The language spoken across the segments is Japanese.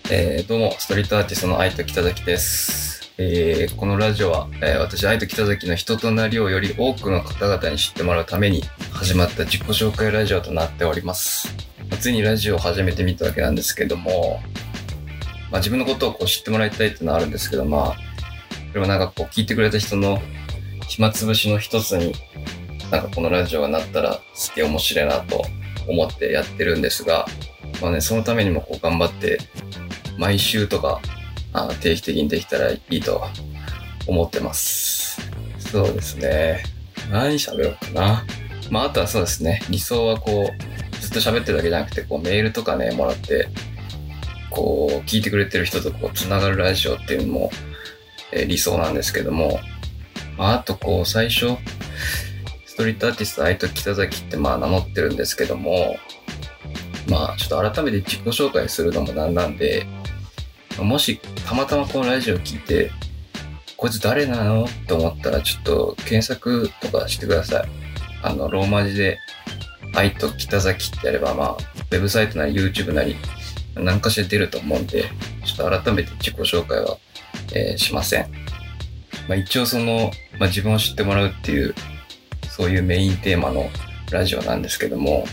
どうも、ストリートアーティストの愛と北崎です。このラジオは、私、愛と北崎の人となりをより多くの方々に知ってもらうために始まった自己紹介ラジオとなっております。ついにラジオを始めてみたわけなんですけども、自分のことをこう知ってもらいたいっていうのはあるんですけど、これもなんかこう聞いてくれた人の暇つぶしの一つに、なんかこのラジオがなったらすげえ面白いなと思ってやってるんですが、そのためにもこう頑張って毎週とか定期的にできたらいいと思ってます。そうですね。何喋ろうかな。あとはそうですね。理想はこうずっと喋ってるだけじゃなくてこうメールとかねもらってこう聞いてくれてる人とこうつながるラジオっていうのも、理想なんですけども、あとこう最初ストリートアーティスト愛と北崎って名乗ってるんですけども、ちょっと改めて自己紹介するのもなんで、もしたまたまこのラジオ聞いてこいつ誰なのと思ったらちょっと検索とかしてください。ローマ字で愛と北崎ってやればウェブサイトなり YouTube なり何かしら出ると思うんで、ちょっと改めて自己紹介は、しません。一応その、自分を知ってもらうっていうそういうメインテーマのラジオなんですけども、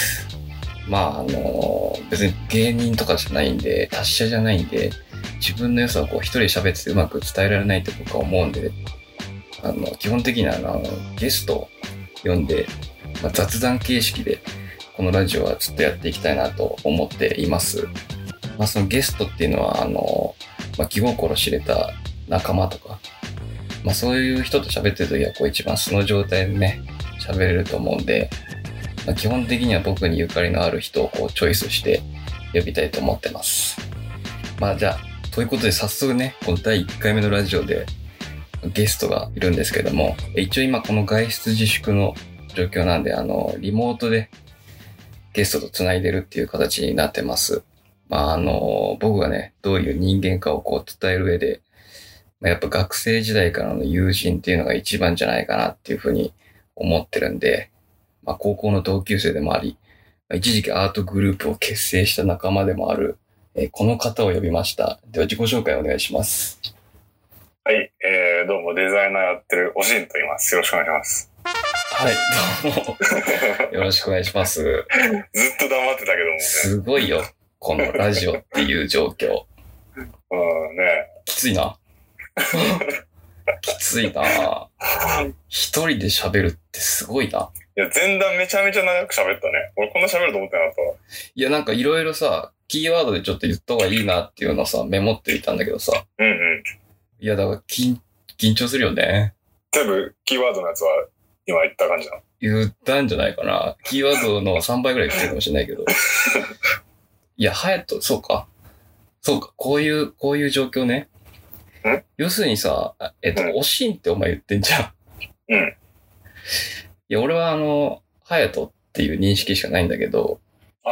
別に芸人とかじゃないんで、達者じゃないんで、自分の良さをこう一人で喋っててうまく伝えられないって僕は思うんで、基本的にはゲストを呼んで、雑談形式でこのラジオはずっとやっていきたいなと思っています。そのゲストっていうのは気心知れた仲間とか、そういう人と喋ってる時はこう一番素の状態でね喋れると思うんで、基本的には僕にゆかりのある人をこうチョイスして呼びたいと思ってます。じゃあということで早速ね、この第1回目のラジオでゲストがいるんですけども、一応今この外出自粛の状況なんでリモートでゲストとつないでるっていう形になってます。僕がねどういう人間かをこう伝える上で、やっぱ学生時代からの友人っていうのが一番じゃないかなっていうふうに思ってるんで、高校の同級生でもあり、一時期アートグループを結成した仲間でもある、この方を呼びました。では自己紹介お願いします。 はい、どうもデザイナーやってるおしんと言います。よろしくお願いします。 はい、どうもよろしくお願いします。ずっと黙ってたけどもね。 すごいよ、このラジオっていう状況。 ね。 きついな。きついな。一人で喋るってすごいな。 いや、前段めちゃめちゃ長く喋ったね。俺こんな喋ると思ってなかったわ。 いや、なんかいろいろさ、キーワードでちょっと言った方がいいなっていうのをさ、メモっていたんだけどさ。いや、だから緊張するよね。 全部キーワードのやつは今言った感じなの？ 言ったんじゃないかな。キーワードの3倍ぐらい言ってるかもしれないけど。いや、そうか、こういう状況ね。要するにさ、おしんってお前言ってんじゃん。いや、俺はハヤトっていう認識しかないんだけど、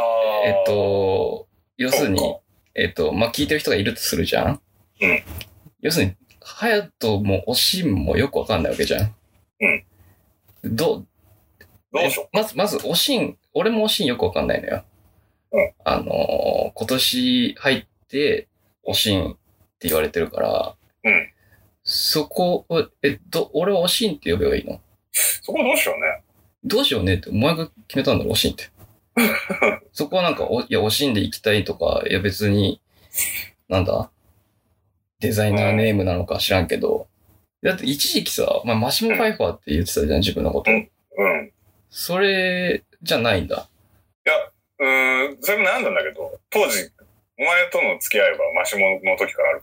要するに、聞いてる人がいるとするじゃん。要するに、ハヤトもおしんもよくわかんないわけじゃん。どうしよう。まずおしん、俺もおしんよくわかんないのよ。今年入っておしんって言われてるから、そこを、俺はおしんって呼べばいいの？ そこどうしようね。 どうしようねって、お前が決めたんだろ、おしんって。そこはなんか、おしんで行きたいとか、いや別に、デザイナーネームなのか知らんけど、だって一時期さ、マシモファイファーって言ってたじゃん、自分のこと。それじゃないんだ。 いや、それも悩んだんだけど、当時、お前との付き合いはマシモの時からあるから。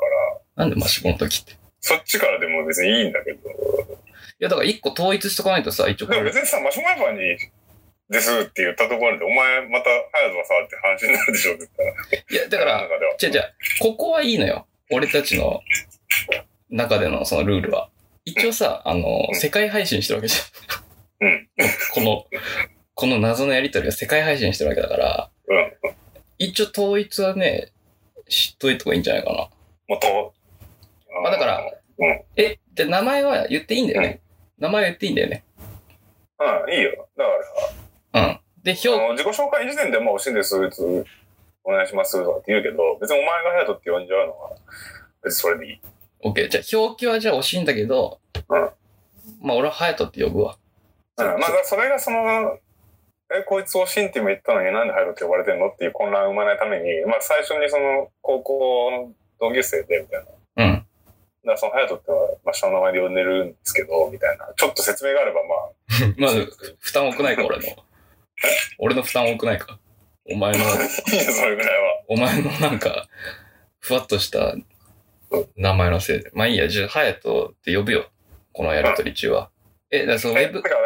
なんでマシモの時って？ そっちからでも別にいいんだけど。いや、だから一個統一しとかないとさ、一応。 でも別にさ、マシモファイファーにですって言ったところで、お前またハヤトが触って話になるでしょって言ったら。 いや、だから、ここはいいのよ。俺たちの中でのそのルールは。一応さ、世界配信してるわけじゃん。この謎のやりとりは世界配信してるわけだから、一応統一はね、知っといた方がいいんじゃないかな。だから、で、名前は言っていいんだよね。名前は言っていいんだよね。 いいよ。だからさ。 で、 自己紹介時点でもうおしんです、 お願いしますとかって言うけど、別にお前が隼人って呼んじゃうのは、別にそれでいい。 OK。じゃあ、表記はじゃあ惜しいんだけど、まあ俺は隼人って呼ぶわ。 まあ、それがこいつをシンって今言ったのになんで隼人って呼ばれてんのっていう混乱を生まないために、まあ最初に高校の同級生で、みたいな。だから隼人ってのは、まあ下の名前で呼んでるんですけど、みたいな。ちょっと説明があればまあ。 まあ、負担多くないか、俺の。俺の負担多くないか。お前の。いや、 それぐらいは。 お前のなんか、ふわっとした名前のせいで。まあいいや、じゃあ隼人って呼ぶよ。このやりとり中は。だからそのウェブ。 だから、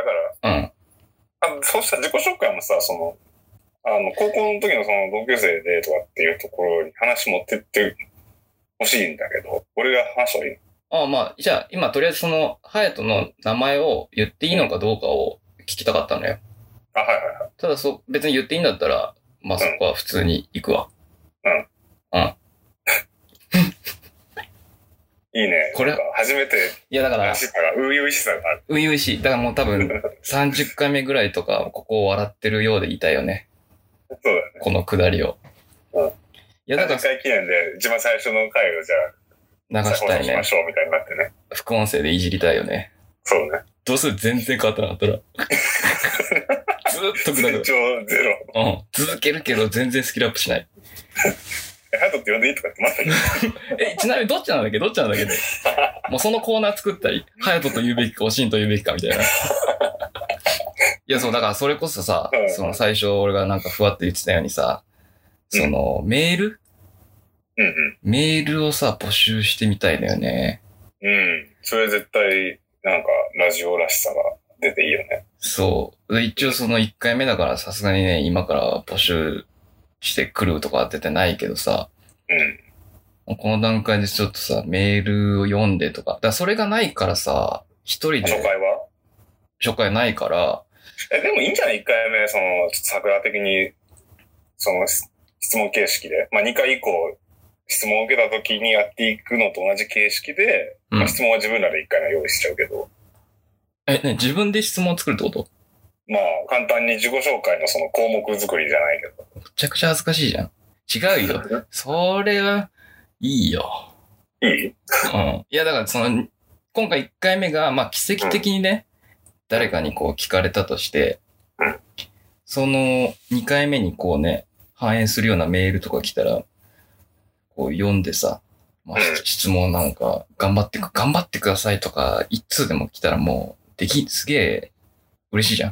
そうした自己紹介もさ、高校の時の同級生でとかっていうところに話持ってってほしいんだけど、俺が話した方がいいの？ まあ、じゃあ今とりあえず隼人の名前を言っていいのかどうかを聞きたかったのよ。 はいはいはい。 ただ別に言っていいんだったら、まあそこは普通に行くわ。 いいね。これ初めて。 いやだから、 初々しさがある。 初々しい。だからもう多分30回目ぐらいとか、ここを笑ってるようでいたよね。 そうだね。 このくだりを。 いやだから。30回記念で一番最初の回をじゃあ、 流したいね。 しましょうみたいになってね。 副音声でいじりたいよね。 そうね。 どうする全然変わってなかったら。ずーっとくだる。 成長ゼロ。 続けるけど全然スキルアップしない。 隼人って呼んでいいとかって待ったちなみにどっちなんだっけで。もうそのコーナー作ったり、隼人と言うべきか、おしんと言うべきかみたいな。いや、そう、だからそれこそさ、最初俺がなんかふわっと言ってたようにさ、メールメールをさ、募集してみたいんだよね。 それ絶対、なんか、ラジオらしさが出ていいよね。 そう。一応1回目だからさすがにね、今から募集してくるとかっててないけどさ、この段階でちょっとさ、メールを読んでとか、だからそれがないからさ、一人で。初回ないから。 でもいいんじゃない ?1 回目、桜的に、質問形式で。まあ2回以降、質問を受けた時にやっていくのと同じ形式で、まあ質問は自分らで1回の用意しちゃうけど。 自分で質問を作るってこと？ まあ、簡単に自己紹介の項目作りじゃないけど。 めちゃくちゃ恥ずかしいじゃん。違うよ。それは、いいよ。 いい？ いや、だから今回1回目が、まあ奇跡的にね、誰かに聞かれたとして、2回目に反映するようなメールとか来たら、読んでさ、まあ、質問なんか、頑張ってくださいとか、一通でも来たらもう、すげえ、嬉しいじゃん。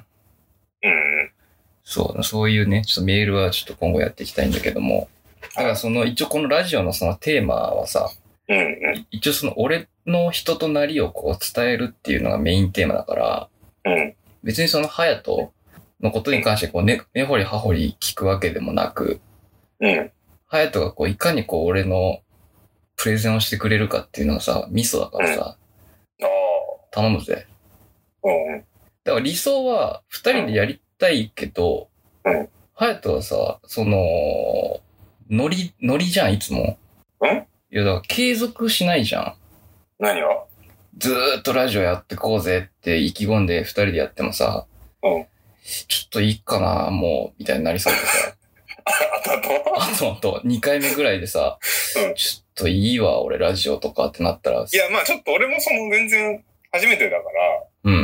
そういうね、ちょっとメールはちょっと今後やっていきたいんだけども、だから一応このラジオのテーマはさ、一応俺の人となりを伝えるっていうのがメインテーマだから、別に隼人のことに関して根掘り葉掘り聞くわけでもなく、隼人がいかに俺のプレゼンをしてくれるかっていうのがさ、ミソだからさ、頼むぜ。だから理想は二人でやりたいけど、隼人はさ、ノリじゃん、いつも。いや、だから継続しないじゃん。 何が？ ずーっとラジオやってこうぜって意気込んで二人でやってもさ、ちょっといいかな、もう、みたいになりそうでさ。あと、2回目ぐらいでさ、ちょっといいわ、俺ラジオとかってなったら。 いや、まあちょっと俺も全然初めてだから、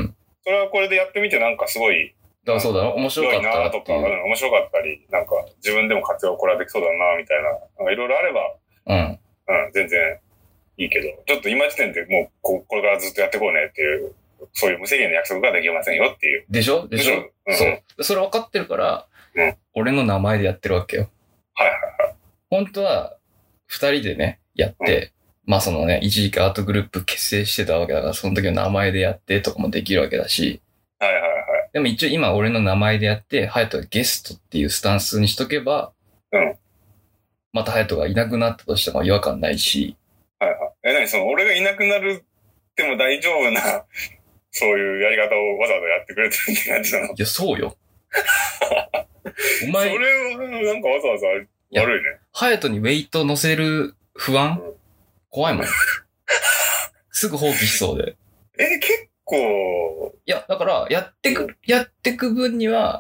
それはこれでやってみてなんかすごい、 だからそうだろ、面白かったらとか、面白かったり、なんか自分でも活用これはできそうだな、みたいな、なんかいろいろあれば、全然いいけど、ちょっと今時点でもうこれからずっとやってこうねっていう、そういう無制限の約束ができませんよっていう。 でしょそう。それ分かってるから、俺の名前でやってるわけよ。本当は、二人でね、やって、まあ一時期アートグループ結成してたわけだから、その時の名前でやってとかもできるわけだし、でも一応今俺の名前でやって、隼人がゲストっていうスタンスにしとけば、また隼人がいなくなったとしても違和感ないし。 何俺がいなくなるっても大丈夫な、そういうやり方をわざわざやってくれてるって感じなの？いや、そうよ。 お前。それはなんかわざわざ悪いね。 隼人にウェイト乗せる不安、怖いもん。すぐ放棄しそうで。 結構。 いや、だから、やってく分には、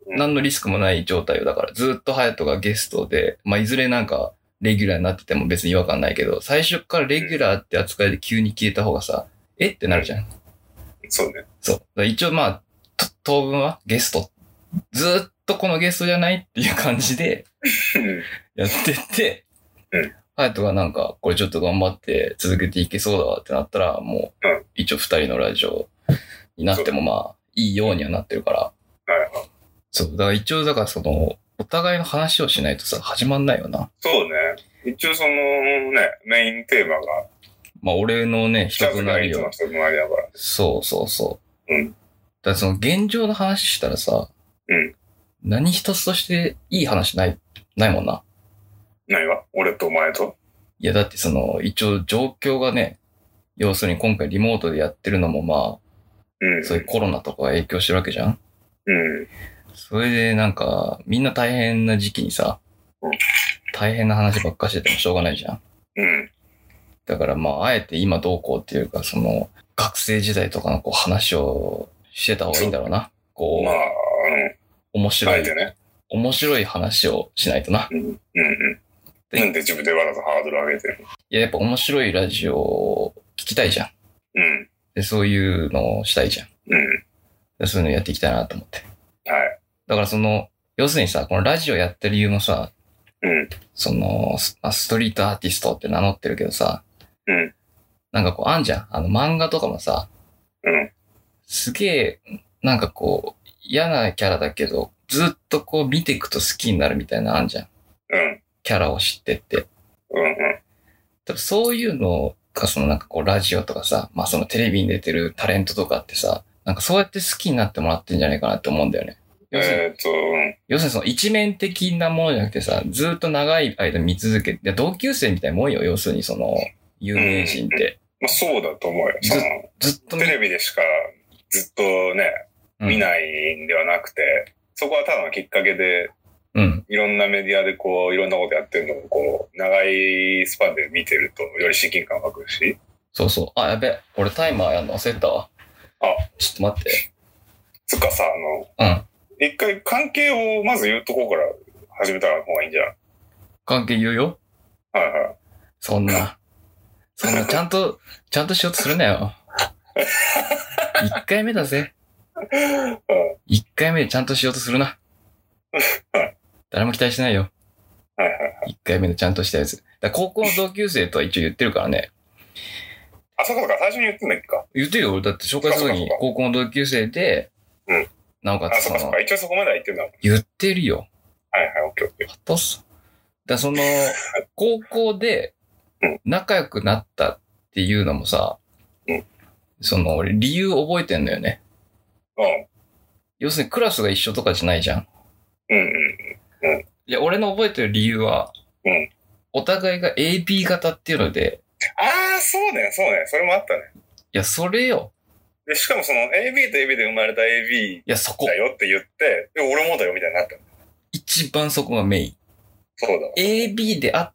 何のリスクもない状態よ。だから、ずっとハヤトがゲストで、まあ、いずれなんか、レギュラーになってても別に違和感ないけど、最初からレギュラーって扱いで急に消えた方がさ、ってなるじゃん。 そうね。 そう。だから一応まあ、当分はゲスト。ずっとこのゲストじゃないっていう感じで、やってって、ハヤトがなんか、これちょっと頑張って続けていけそうだわってなったら、もう、一応二人のラジオになってもまあ、いいようにはなってるから。そう。だから一応、だからその、お互いの話をしないとさ、始まんないよな。 そうね。一応そのね、メインテーマが。 まあ俺のね、人となりを。 人となりだから。 そうそうそう。 うん。 だからその現状の話したらさ、 うん。 何一つとしていい話ないもんな。 ないわ。俺とお前と。 いやだってその、一応状況がね、要するに今回リモートでやってるのもまあ、そういうコロナとかが影響してるわけじゃん。それでなんか、みんな大変な時期にさ、大変な話ばっかしててもしょうがないじゃん。だからまあ、あえて今どうこうっていうか、その、学生時代とかのこう話をしてた方がいいんだろうな。こう、まあ、面白い、ね、面白い話をしないとな。 なんで自分でわざとハードル上げてるの？ いや、やっぱ面白いラジオを聞きたいじゃん。で、そういうのをしたいじゃん。でそういうのやっていきたいなと思って。だからその、要するにさ、このラジオやってる理由もさ、その、ストリートアーティストって名乗ってるけどさ、なんかこうあんじゃん。漫画とかもさ、すげえ、なんかこう、嫌なキャラだけど、ずっとこう見ていくと好きになるみたいなのあんじゃん。キャラを知ってって。多分そういうのが、そのなんかこうラジオとかさ、まあそのテレビに出てるタレントとかってさ、なんかそうやって好きになってもらってんじゃないかなって思うんだよね。要するにその一面的なものじゃなくてさ、ずっと長い間見続けて、同級生みたいなもんよ、要するにその、有名人って。 まあそうだと思うよ。ずっとテレビでしかずっとね、見ないんではなくて、そこはただのきっかけで、いろんなメディアでこう、いろんなことやってるのをこう、長いスパンで見てると、より親近感湧くし。 そうそう。あ、やべ。俺タイマーやんの忘れたわ。ちょっと待って。 つかさ、一回関係をまず言うとこから始めた方がいいんじゃん。 関係言うよ。そんなちゃんとしようとするなよ。1回目だぜ。1回目でちゃんとしようとするな。誰も期待してないよ。1回目でちゃんとしたやつ。高校の同級生とは一応言ってるからね。 そうか、最初に言ってんだっけか。 言ってるよ。俺だって紹介するときに高校の同級生で、なおかつそうか。一応そこまでは言ってんだもん。 言ってるよ。 オッケー。 その、高校で仲良くなったっていうのもさ、その、俺理由覚えてんのよね。要するにクラスが一緒とかじゃないじゃん。いや、俺の覚えてる理由は、お互いが AB 型っていうので。 そうね。それもあったね。 いや、それよ。 で、しかもその AB と AB で生まれた AB だよって言って、俺もだよみたいになった。 一番そこがメイン。 そうだ。 AB であって、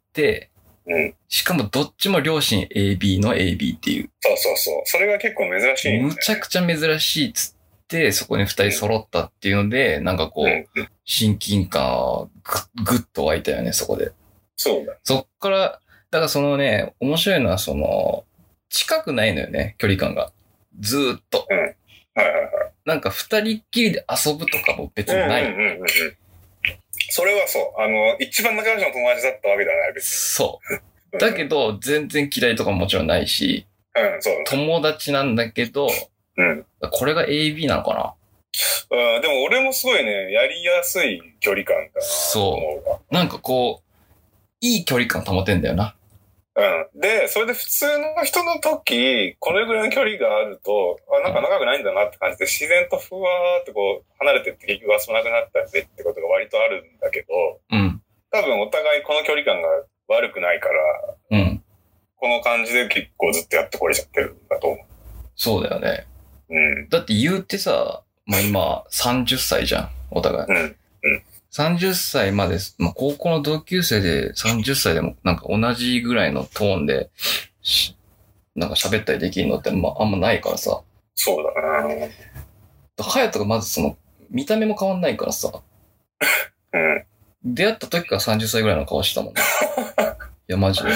しかもどっちも両親 AB の AB っていう。 そう。それが結構珍しいんだよね。 むちゃくちゃ珍しいっつって、そこに二人揃ったっていうので、なんかこう、親近感ぐっと湧いたよね、そこで。 そうだ。 そっから、だからそのね、面白いのはその、近くないのよね、距離感が。ずーっと。なんか二人っきりで遊ぶとかも別にない。 それはそう。一番仲良しの友達だったわけではない、別に。 そう。だけど、全然嫌いとかもちろんないし、友達なんだけど、これが AB なのかな？ でも俺もすごいね、やりやすい距離感だな。 そう。なんかこう、いい距離感保てんだよな。 で、それで普通の人の時、これぐらいの距離があると、なんか長くないんだなって感じで、自然とふわーってこう、離れてって結局遊ばなくなったりってことが割とあるんだけど、多分お互いこの距離感が悪くないから、この感じで結構ずっとやってこれちゃってるんだと思う。 そうだよね。だって言うてさ、まあ今30歳じゃん、お互い。30歳まで、まあ高校の同級生で30歳でもなんか同じぐらいのトーンで、なんか喋ったりできるのって、まああんまないからさ。 そうだな。 隼人がまずその、 見た目も変わんないからさ。 うん。 出会った時から30歳ぐらいの顔してたもんね。いや、マジで。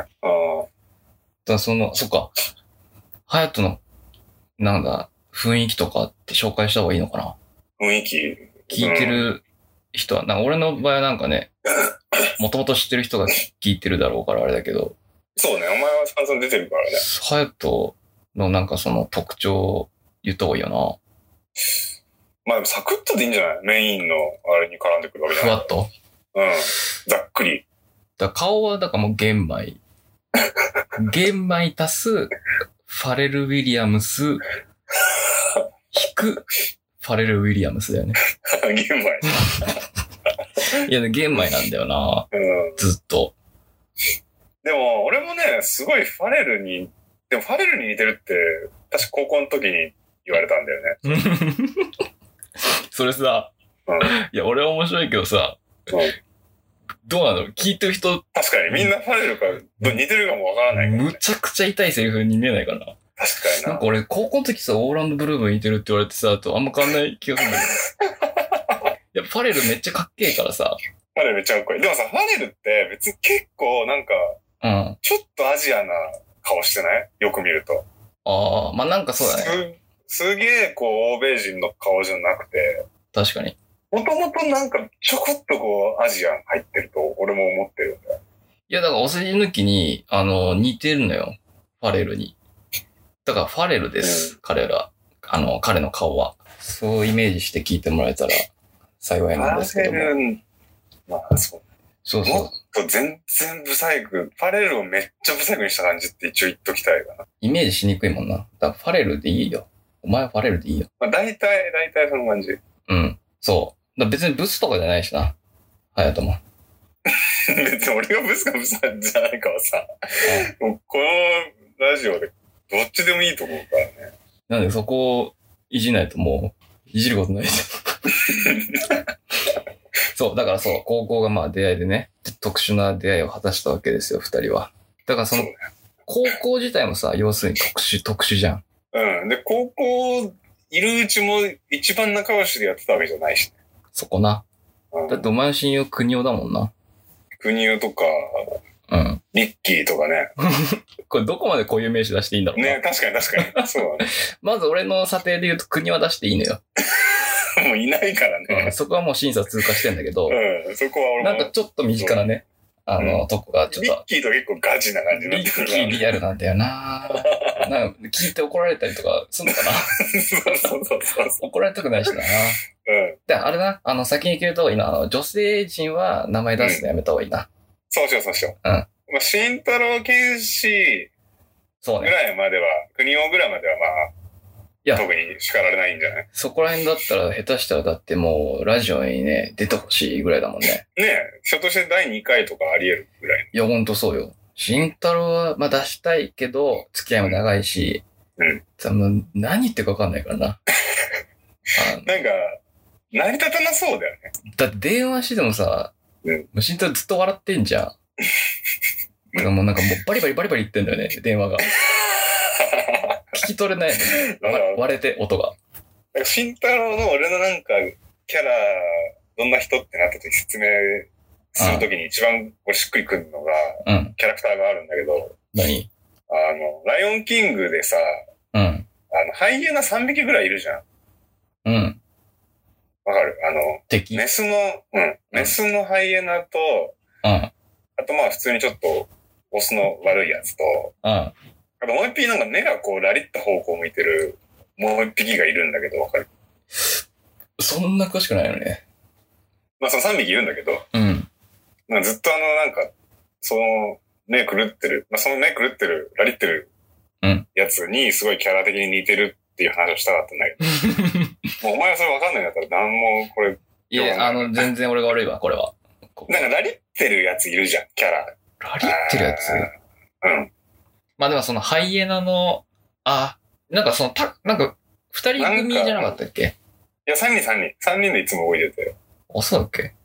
そっか。ハヤトの、なんだ、雰囲気とかって紹介した方がいいのかな？ 雰囲気聞いてる人は、俺の場合はなんかね、もともと知ってる人が聞いてるだろうからあれだけど。 そうね、お前は散々出てるからね。 ハヤトのなんかその特徴を言った方がいいよな。 まあでもサクッとでいいんじゃない？メインのあれに絡んでくるわけじゃない。 ふわっと？ うん。ざっくり。 顔はだからもう玄米。玄米足す、ファレル・ウィリアムス、引く、ファレル・ウィリアムスだよね。 玄米。 いや、玄米なんだよな。 うん。 ずっと。 でも、俺もね、すごいファレルに似てるって、確か高校の時に言われたんだよね。 それさ、 うん、 いや、俺は面白いけどさ、 うん、 どうなの？聞いてる人。 確かにみんなファレルか似てるかもわからないから、ね。むちゃくちゃ痛いセリフに見えないかな。 確かにな。 なんか俺、高校の時さ、オーランドブルーム似てるって言われてさ、あんま変わんない気がするんだけど。いや、ファレルめっちゃかっけえからさ。 ファレルめっちゃかっこいい。でもさ、ファレルって別に結構なんか、ちょっとアジアな顔してない？よく見ると。 ああ、まあなんかそうだね。 すげえこう、欧米人の顔じゃなくて。 確かに。 もともとなんかちょこっとこう、アジア入ってると俺も思ってるんだよ。 いや、だからお世辞抜きに、似てるのよ。ファレルに。だからファレルです。彼ら。彼の顔は。そうイメージして聞いてもらえたら幸いなんですけども。 まあ、そう。 そうそう。 もっと全然ブサイク、ファレルをめっちゃブサイクにした感じって一応言っときたいかな。 イメージしにくいもんな。だからファレルでいいよ。お前はファレルでいいよ。 まあ大体その感じ。 うん。そう。だ別にブスとかじゃないしな。ハヤトも。 別に俺がブスかブスじゃないかはさ、もうこのラジオでどっちでもいいと思うからね。 なんでそこをいじないともう、いじることないじゃん。そう、だからそう、高校がまあ出会いでね、特殊な出会いを果たしたわけですよ、二人は。だからその、高校自体もさ、要するに特殊じゃん。 うん。で、高校いるうちも一番仲良しでやってたわけじゃないしね。 そこな。うん、だってお前の親友国尾だもんな。 国尾とか、うん。リッキーとかね。 これどこまでこういう名詞出していいんだろうな。 ね、確かに。そうだね。 まず俺の査定で言うと国は出していいのよ。 もういないからね、 うん。そこはもう審査通過してんだけど。 うん、そこは俺も。 なんかちょっと身近なね、とこがちょっと。 リッキーと結構ガチな感じになってる。 リッキーリアルなんだよななんか聞いて怒られたりとかすんのかなそう。 怒られたくないしな。 うん。 で、あれな、先に決めた方がいいな。女性陣は名前出すのやめた方がいいな。 そうしよう。 うん。 まあ、慎太郎剣士ぐらいまでは、国尾ぐらいまではまあ、いや、特に叱られないんじゃない？ そこら辺だったら、下手したらだってもう、ラジオにね、出てほしいぐらいだもんね。 ねえ、ひょっとして第2回とかあり得るぐらい。 いや、ほんとそうよ。慎太郎は、まあ出したいけど、付き合いも長いし、何言ってるか分かんないからな。 なんか、成り立たなそうだよね。 だって電話してもさ、慎太郎ずっと笑ってんじゃん。もうなんかもうバリバリ言ってんだよね、電話が。聞き取れないのね。割れて、音が。 慎太郎の俺のなんか、キャラ、どんな人ってなった時説明するときに一番しっくりくるのが、キャラクターがあるんだけど、 何？ ライオンキングでさ、ハイエナ3匹ぐらいいるじゃん。うん。わかる？ 敵？ メスのハイエナと、あとまあ普通にちょっと、オスの悪いやつと、あともう一匹なんか目がこうラリった方向を向いてるもう一匹がいるんだけど、わかる？ そんな詳しくないよね。 まあその3匹いるんだけど、まあずっとなんか、その目狂ってる、まあその目狂ってる、ラリってるやつにすごいキャラ的に似てるっていう話をしたかったんだけど、もうお前はそれわかんないんだったら何もこれ。 いや、全然俺が悪いわ、これは。 なんかラリってるやついるじゃん、キャラ。 ラリってるやつ？まあでもそのハイエナの、なんかその、なんか、二人組じゃなかったっけ？ いや、3人でいつも動いてて。 そうだっけ？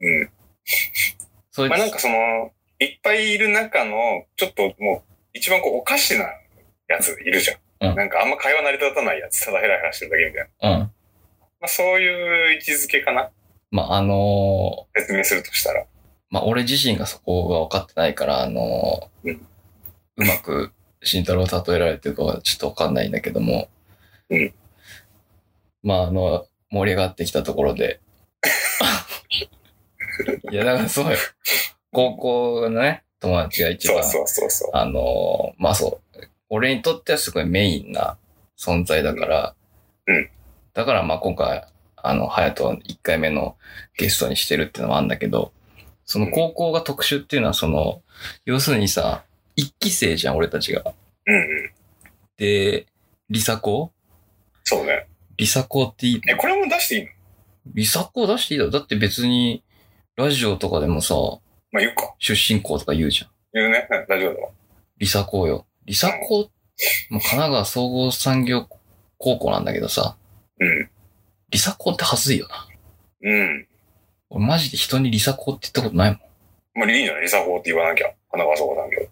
まあなんかその、いっぱいいる中の、ちょっともう、一番こう、おかしなやついるじゃん。なんかあんま会話成り立たないやつ、ただヘラヘラしてるだけみたいな。 まあそういう位置づけかな。 まあ説明するとしたら。 まあ俺自身がそこが分かってないから、うまく慎太郎を例えられてるかはちょっと分かんないんだけども。 うん。 まあ盛り上がってきたところで。いや、だからそうよ。高校のね、友達が一番。 そう。 まあそう。俺にとってはすごいメインな存在だから。 うん。 だからまあ今回、隼人を1回目のゲストにしてるっていうのもあるんだけど、その高校が特殊っていうのは要するにさ、一期生じゃん、俺たちが。 うんうん。 で、リサ校？ そうね。 リサ校っていい？ これも出していいの？ リサ校出していいだろ？だって別に、ラジオとかでもさ、 まあ言うか。 出身校とか言うじゃん。 言うね。ラジオでも。 リサ校よ。リサ校、もう神奈川総合産業高校なんだけどさ。 うん。 リサ校ってはずいよな。 うん。 俺マジで人にリサ校って言ったことないもん。 まあいいんじゃない？リサ校って言わなきゃ。神奈川総合産業。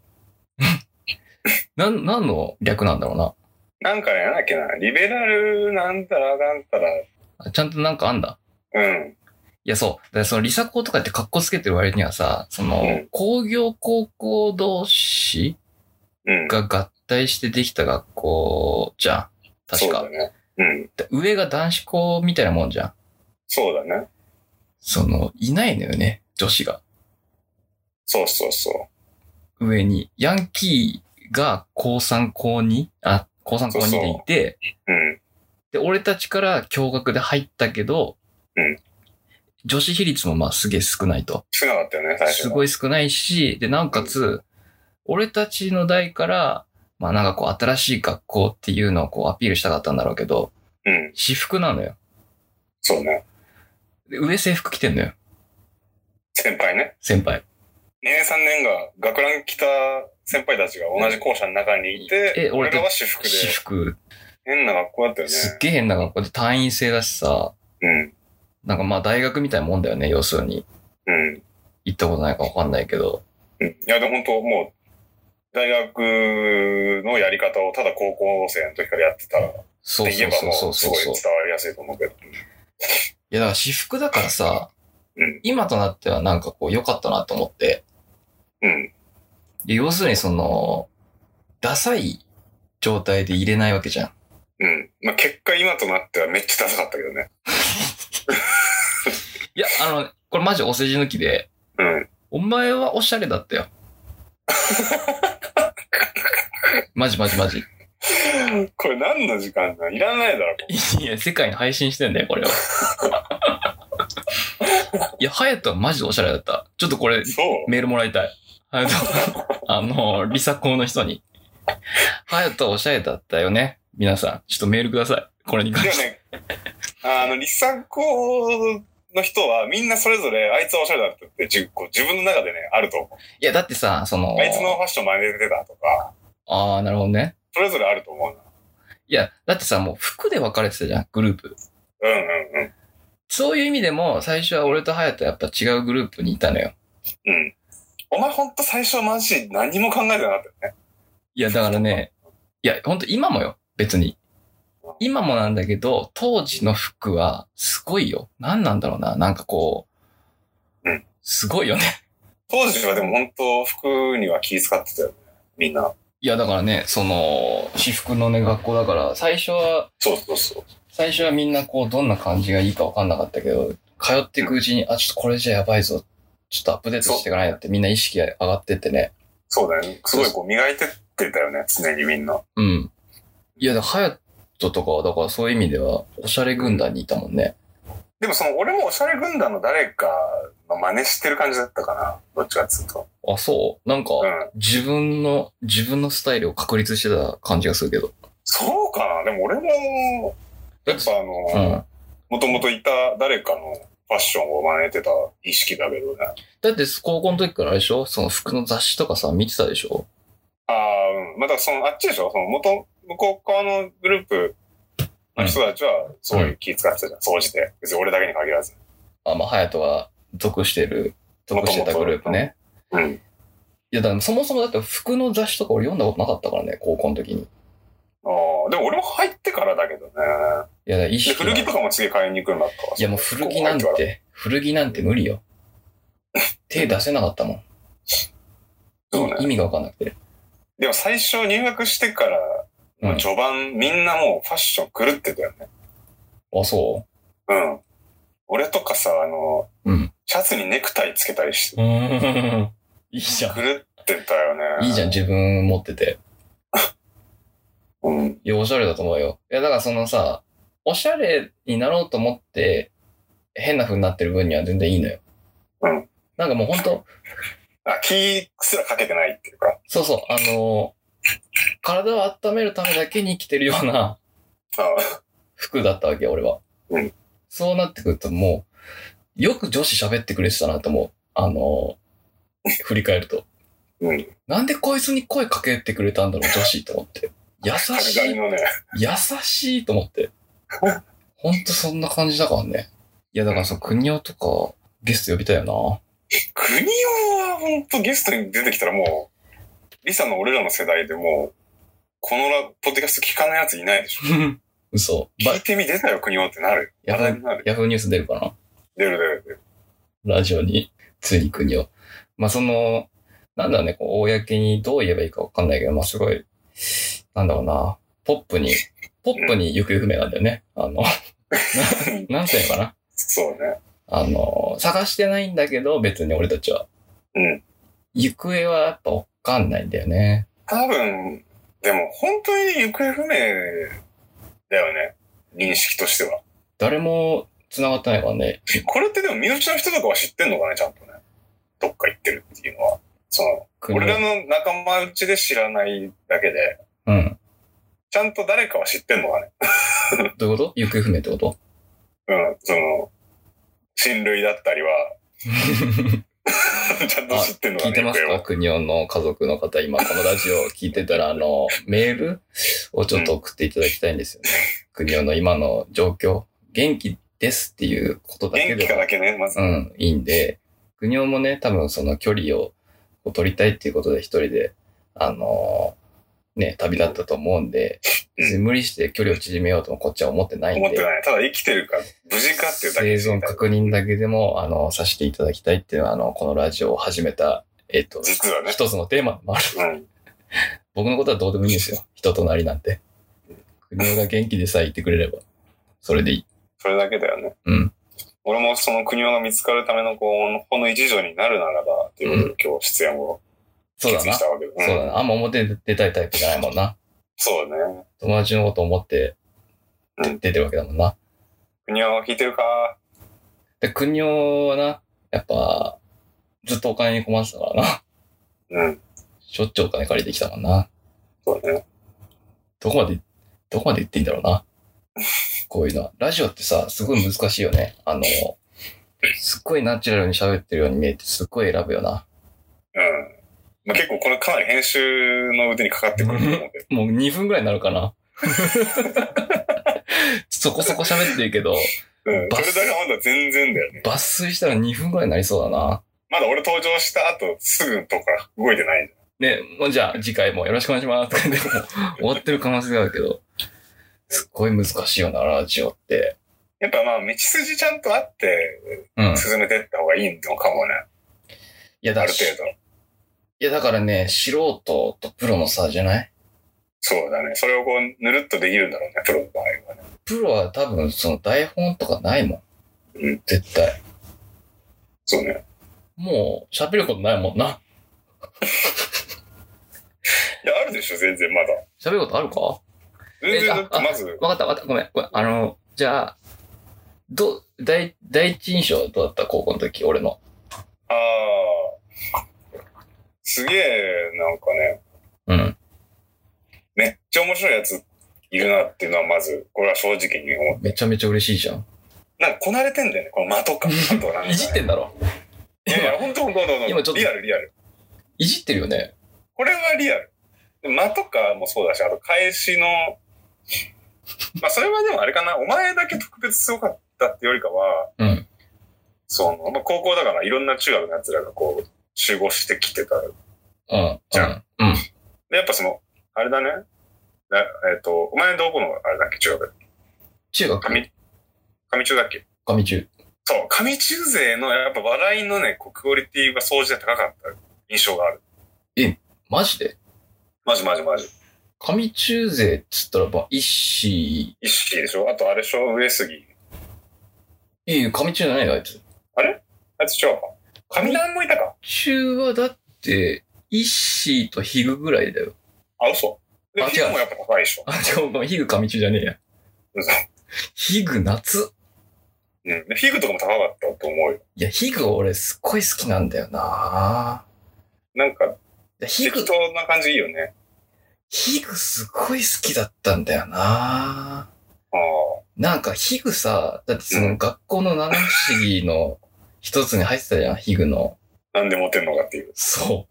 何の略なんだろうな。 なんかね、なんだっけな。リベラルなんたらなんたら。 ちゃんとなんかあんだ。 うん。 いや、そう。だからそのリサ校とかって格好つけてる割にはさ、工業高校同士が合体してできた学校じゃん。確か。 そうだね。うん。 上が男子校みたいなもんじゃん。 そうだね。 いないのよね、女子が。 そう。 上に。ヤンキーが高3、高2？高3、高2でいて、 うん。 で、俺たちから共学で入ったけど、 うん。 女子比率もまあすげえ少ないと。 少なかったよね、最初。 すごい少ないし、で、なおかつ、俺たちの代から、まあなんかこう新しい学校っていうのをこうアピールしたかったんだろうけど、 うん。 私服なのよ。 そうね。 で、上制服着てんのよ。 先輩ね。 先輩。 2年3年が学ラン着た先輩たちが同じ校舎の中にいて、俺らは私服で。 私服。 変な学校だったよね。 すっげえ変な学校で単位制だしさ、 うん。 なんかまあ大学みたいなもんだよね、要するに。 うん。 行ったことないかわかんないけど。 うん。いや、でも本当もう、大学のやり方をただ高校生の時からやってたら、 そう。 すごい伝わりやすいと思うけど。いや、だから私服だからさ、 うん、 今となってはなんかこう良かったなと思って。 うん。 で要するにダサい状態で入れないわけじゃん。 うん。まあ、結果今となってはめっちゃダサかったけどね。 いや、これマジお世辞抜きで、 うん。 お前はおしゃれだったよ。マジ。 これ何の時間だ？いらないだろ。 いや、世界に配信してんだよ、これは。いや、隼人はマジでおしゃれだった。ちょっとこれ、メールもらいたい。隼人、リサ校の人に。隼人おしゃれだったよね。皆さん、ちょっとメールください。これに関して。 リサ校の人はみんなそれぞれあいつはおしゃれだったって自分の中でね、あると思う。 いや、だってさ、 あいつのファッション真似てたとか。 ああ、なるほどね。 それぞれあると思うな。 いや、だってさ、もう服で分かれてたじゃん、グループ。 うん。 そういう意味でも、最初は俺と隼人やっぱ違うグループにいたのよ。 うん。お前ほんと最初はマジ何も考えてなかったよね。 いや、だからね、いや、ほんと今もよ、別に。今もなんだけど、当時の服はすごいよ。何なんだろうな。なんかこう、すごいよね。 当時はでも本当服には気遣ってたよね。みんな。 いや、だからね、私服のね、学校だから、最初は、 そう。 最初はみんなこう、どんな感じがいいか分かんなかったけど、通っていくうちに、ちょっとこれじゃやばいぞ。ちょっとアップデートしていかないよってみんな意識が上がってってね。 そうだよね。すごいこう磨いてってたよね、常にみんな。 うん。いや、隼人とかは、だからそういう意味では、おしゃれ軍団にいたもんね。 でも俺もおしゃれ軍団の誰かの真似してる感じだったかな。どっちかっつうと。 あ、そうなんか、自分のスタイルを確立してた感じがするけど。 そうかな。でも俺も、やっぱもともといた誰かのファッションを真似てた意識だけどね。 だって高校の時からあれでしょ？その服の雑誌とかさ、見てたでしょ？ ああ、またあっちでしょ？向こう側のグループの人たちは、すごい気遣ってたじゃん。総じて。別に俺だけに限らず。 まあ、隼人が属してたグループね。 うん。 いや、だからそもそもだって服の雑誌とか俺読んだことなかったからね、高校の時に。 でも俺も入ってからだけどね。 いや、意識で、古着とかも次買いに行くようになったわ。 いや、もう古着なんて無理よ。手出せなかったもん。そうね、意味がわかんなくて。 でも最初入学してから、序盤、みんなもうファッション狂ってたよね。 あ、そう？ うん。俺とかさ、シャツにネクタイつけたりして。 いいじゃん。 狂ってたよね。 いいじゃん、自分持ってて。うん。いや、おしゃれだと思うよ。いや、だからそのさ、おしゃれになろうと思って、変な風になってる分には全然いいのよ。 うん。 なんかもうほんと、 気すらかけてないっていうか。 そうそう、体を温めるためだけに着てるような服だったわけよ、俺は。 うん。 そうなってくるともう、よく女子喋ってくれてたなと思う。振り返ると。 うん。 なんでこいつに声かけてくれたんだろう、女子と思って。優しい。 ね、 優しいと思って。ほんとそんな感じだからね。いや、だからさ、国尾とかゲスト呼びたいよな。 国尾はほんとゲストに出てきたらもう、リサの俺らの世代でもう、このポッドキャスト聞かないやついないでしょ。 嘘。 聞いてみ出たよ、国尾ってなる。 ヤフーニュース出るかな？ 出る。 ラジオに、ついに国尾。まあ、なんだろうね、公にどう言えばいいかわかんないけど、まあ、すごい、なんだろうな、ポップに行方不明なんだよね。なんていうのかな。 そうね。 探してないんだけど、別に俺たちは。 うん。 行方はやっぱわかんないんだよね。 多分、でも本当に行方不明だよね。認識としては。 誰も繋がってないからね。 これってでも身内の人とかは知ってんのかね、ちゃんとね。どっか行ってるっていうのは。俺らの仲間内で知らないだけで。 うん。 ちゃんと誰かは知ってんのかね。 どういうこと？行方不明ってこと？ うん、親類だったりは、ちゃんと知ってんのかね。 聞いてますか？国尾の家族の方、今このラジオを聞いてたら、メールをちょっと送っていただきたいんですよね。国尾の今の状況、元気ですっていうことだけで。 元気かだけね、まず。 うん、いいんで、国尾もね、多分その距離を取りたいっていうことで一人で、旅立ったと思うんで、無理して距離を縮めようともこっちは思ってないんで。 思ってない。ただ生きてるか、無事かっていうだけ生存確認だけでも、させていただきたいっていうのは、このラジオを始めた、 実はね。 一つのテーマでもある。 うん、 僕のことはどうでもいいんですよ。人となりなんて。国尾が元気でさえ言ってくれれば、それでいい。 それだけだよね。 うん。 俺もその国尾が見つかるためのこの一助になるならば、っていうことで今日出演を決意したわけで。 そうだな。あんま表に出たいタイプじゃないもんな。 そうだね。 友達のこと思って出てるわけだもんな。 国尾聞いてるか？ で、国尾はな、やっぱ、ずっとお金に困ってたからな。 うん。 しょっちゅうお金借りてきたもんな。 そうだね。 どこまで言っていいんだろうな。こういうのは。ラジオってさ、すごい難しいよね。すっごいナチュラルに喋ってるように見えて、すっごい選ぶよな。 うん。まあ、結構これかなり編集の腕にかかってくると思うんで。 もう2分ぐらいになるかな。そこそこ喋ってるけど。 うん。それだけまだ全然だよね。 抜粋したら2分ぐらいになりそうだな。 まだ俺登場した後すぐのとこから動いてないんだ。 ね、もうじゃあ次回もよろしくお願いしますとかでも終わってる可能性があるけど。すっごい難しいよな、ラジオって。 やっぱまあ、道筋ちゃんとあって、進めていった方がいいのかもね。 いや、ある程度。いや、だからね、素人とプロの差じゃない？ そうだね。それをぬるっとできるんだろうね、プロの場合はね。 プロは多分、台本とかないもん。 うん。 絶対。 そうね。 もう、喋ることないもんな。いや、あるでしょ、全然まだ。 喋ることあるか？ 全然だってまず。 わかった。ごめん。じゃあ、第一印象どうだった？高校の時、俺の。 ああ。すげえ、なんかね。 うん。 めっちゃ面白いやついるなっていうのはまず、これは正直に思って。 めちゃめちゃ嬉しいじゃん。 なんかこなれてんだよね、この間とか。あとなんか、 いじってんだろ。 いや、ほんと、今ちょっとリアル。 いじってるよね。 これはリアル。間とかもそうだし、あと返しの、まあそれはでもあれかな、お前だけ特別すごかったってよりかは、 うん。 まあ、高校だからいろんな中学の奴らが集合してきてた。 うん。 じゃん。 うん。 で、やっぱあれだね、 お前どこのあれだっけ、中学？ 中学？ 上中だっけ？ 上中。 そう、上中勢のやっぱ笑いのね、クオリティが総じて高かった印象がある。 マジで？ マジ。 上中勢っつったら一子でしょ？あとあれでしょ？上杉。 上中じゃないよ、あいつ。 あれ？あいつ違うか。上段もいたか。 中はだって、一子とヒグぐらいだよ。 あ、嘘。で、ヒグもやっぱ高いでしょ。 ごめん、ヒグ上中じゃねえや。 嘘。 ヒグ夏。 うん。ヒグとかも高かったと思うよ。 いや、ヒグ俺すっごい好きなんだよな。 なんか、適当な感じいいよね。 ヒグすごい好きだったんだよな。なんかヒグさ、だってその学校の七不思議の一つに入ってたじゃん、ヒグの。 なんでモテんのかっていう。 そう。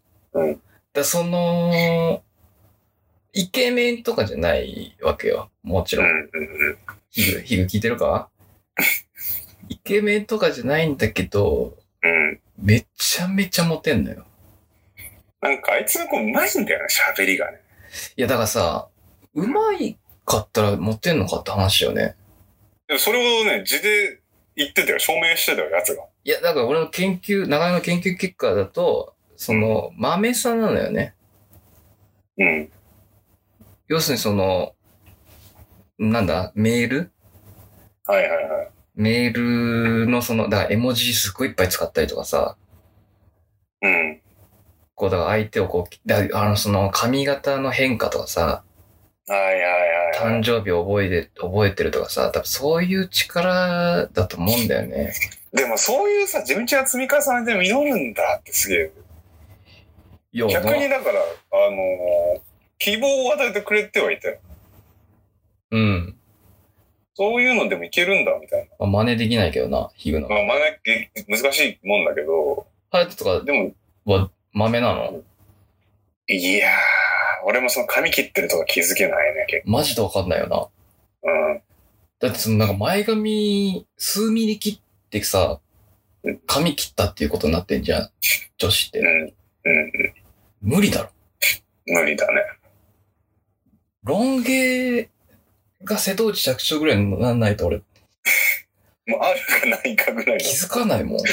うん。 イケメンとかじゃないわけよ。もちろん。ヒグ聞いてるか？イケメンとかじゃないんだけど、めちゃめちゃモテんのよ。 なんかあいつの子うまいんだよね、喋りがね。 いや、だからさ、うまいかったらモテんのかって話よね。 でもそれをね、字で言ってたよ、証明してたよ、やつが。 いや、だから俺の長屋の研究結果だと、豆さなのよね。 うん。 要するにメール？ はい。 メールのだから絵文字すっごいいっぱい使ったりとかさ。 うん。 だから相手を髪型の変化とかさ。誕生日覚えてるとかさ、多分そういう力だと思うんだよね。 でもそういうさ、地道な積み重ねで実るんだってすげえ。逆にだから、希望を与えてくれてはいて。 うん。 そういうのでもいけるんだ、みたいな。 真似できないけどな、ヒグの。 真似、難しいもんだけど。 ハヤトとか、でも、豆なの？ いやー、俺もその髪切ってるとか気づけないね、結構。 マジでわかんないよな。 うん。 だってなんか前髪、数ミリ切ってさ、髪切ったっていうことになってんじゃん、女子って。無理だろ。 無理だね。 ロン毛が瀬戸内寂聴ぐらいにならないと俺。 もうあるかないかぐらいの。 気づかないもん。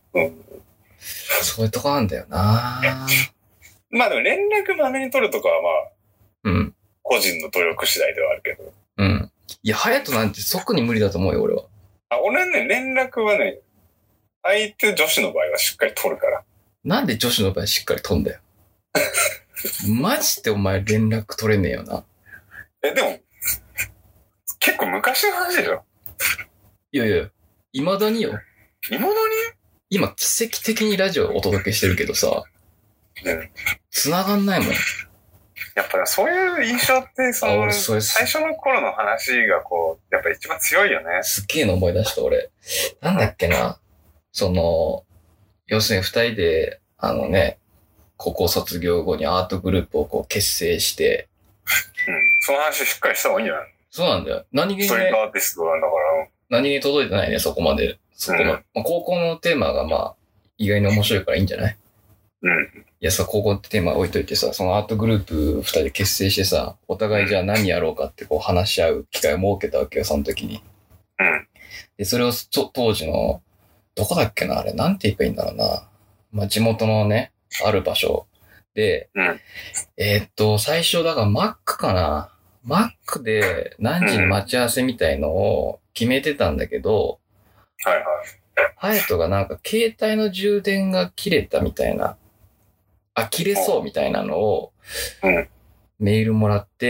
そういうとこなんだよな。 まあでも連絡まめに取るとかは個人の努力次第ではあるけど。 いや、ハヤトなんて即に無理だと思うよ、俺は。 俺ね、連絡はね、相手女子の場合はしっかり取るから。 なんで女子の場合しっかり取んだよ。マジでお前連絡取れねえよな。 でも、結構昔の話でしょ？ いや、未だによ。 未だに？ 今、奇跡的にラジオをお届けしてるけどさ、繋がんないもん。 やっぱそういう印象って最初の頃の話がやっぱ一番強いよね。 すっげえの思い出した、俺。なんだっけな。要するに二人で、高校卒業後にアートグループを結成して、 その話しっかりした方がいいんじゃない？ そうなんだよ。 ストリートアーティストなんだから。 何に届いてないね、そこまで。高校のテーマが意外に面白いからいいんじゃない？いやさ、高校ってテーマ置いといてさ、そのアートグループ二人で結成してさ、お互いじゃあ何やろうかって話し合う機会を設けたわけよ、その時に。で、それを当時の、どこだっけな、あれ、なんて言えばいいんだろうな。地元のね、ある場所で、最初だからマックかな。マックで何時に待ち合わせみたいのを決めてたんだけど、ハヤトがなんか携帯の充電が切れたみたいな、切れそうみたいなのを、メールもらって、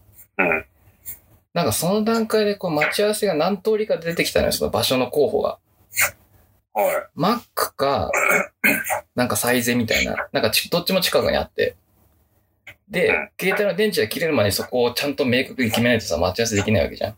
なんかその段階で待ち合わせが何通りか出てきたのよ、その場所の候補が。マックか、なんかサイゼみたいな、なんかどっちも近くにあって。で、携帯の電池が切れるまでそこをちゃんと明確に決めないとさ、待ち合わせできないわけじゃん。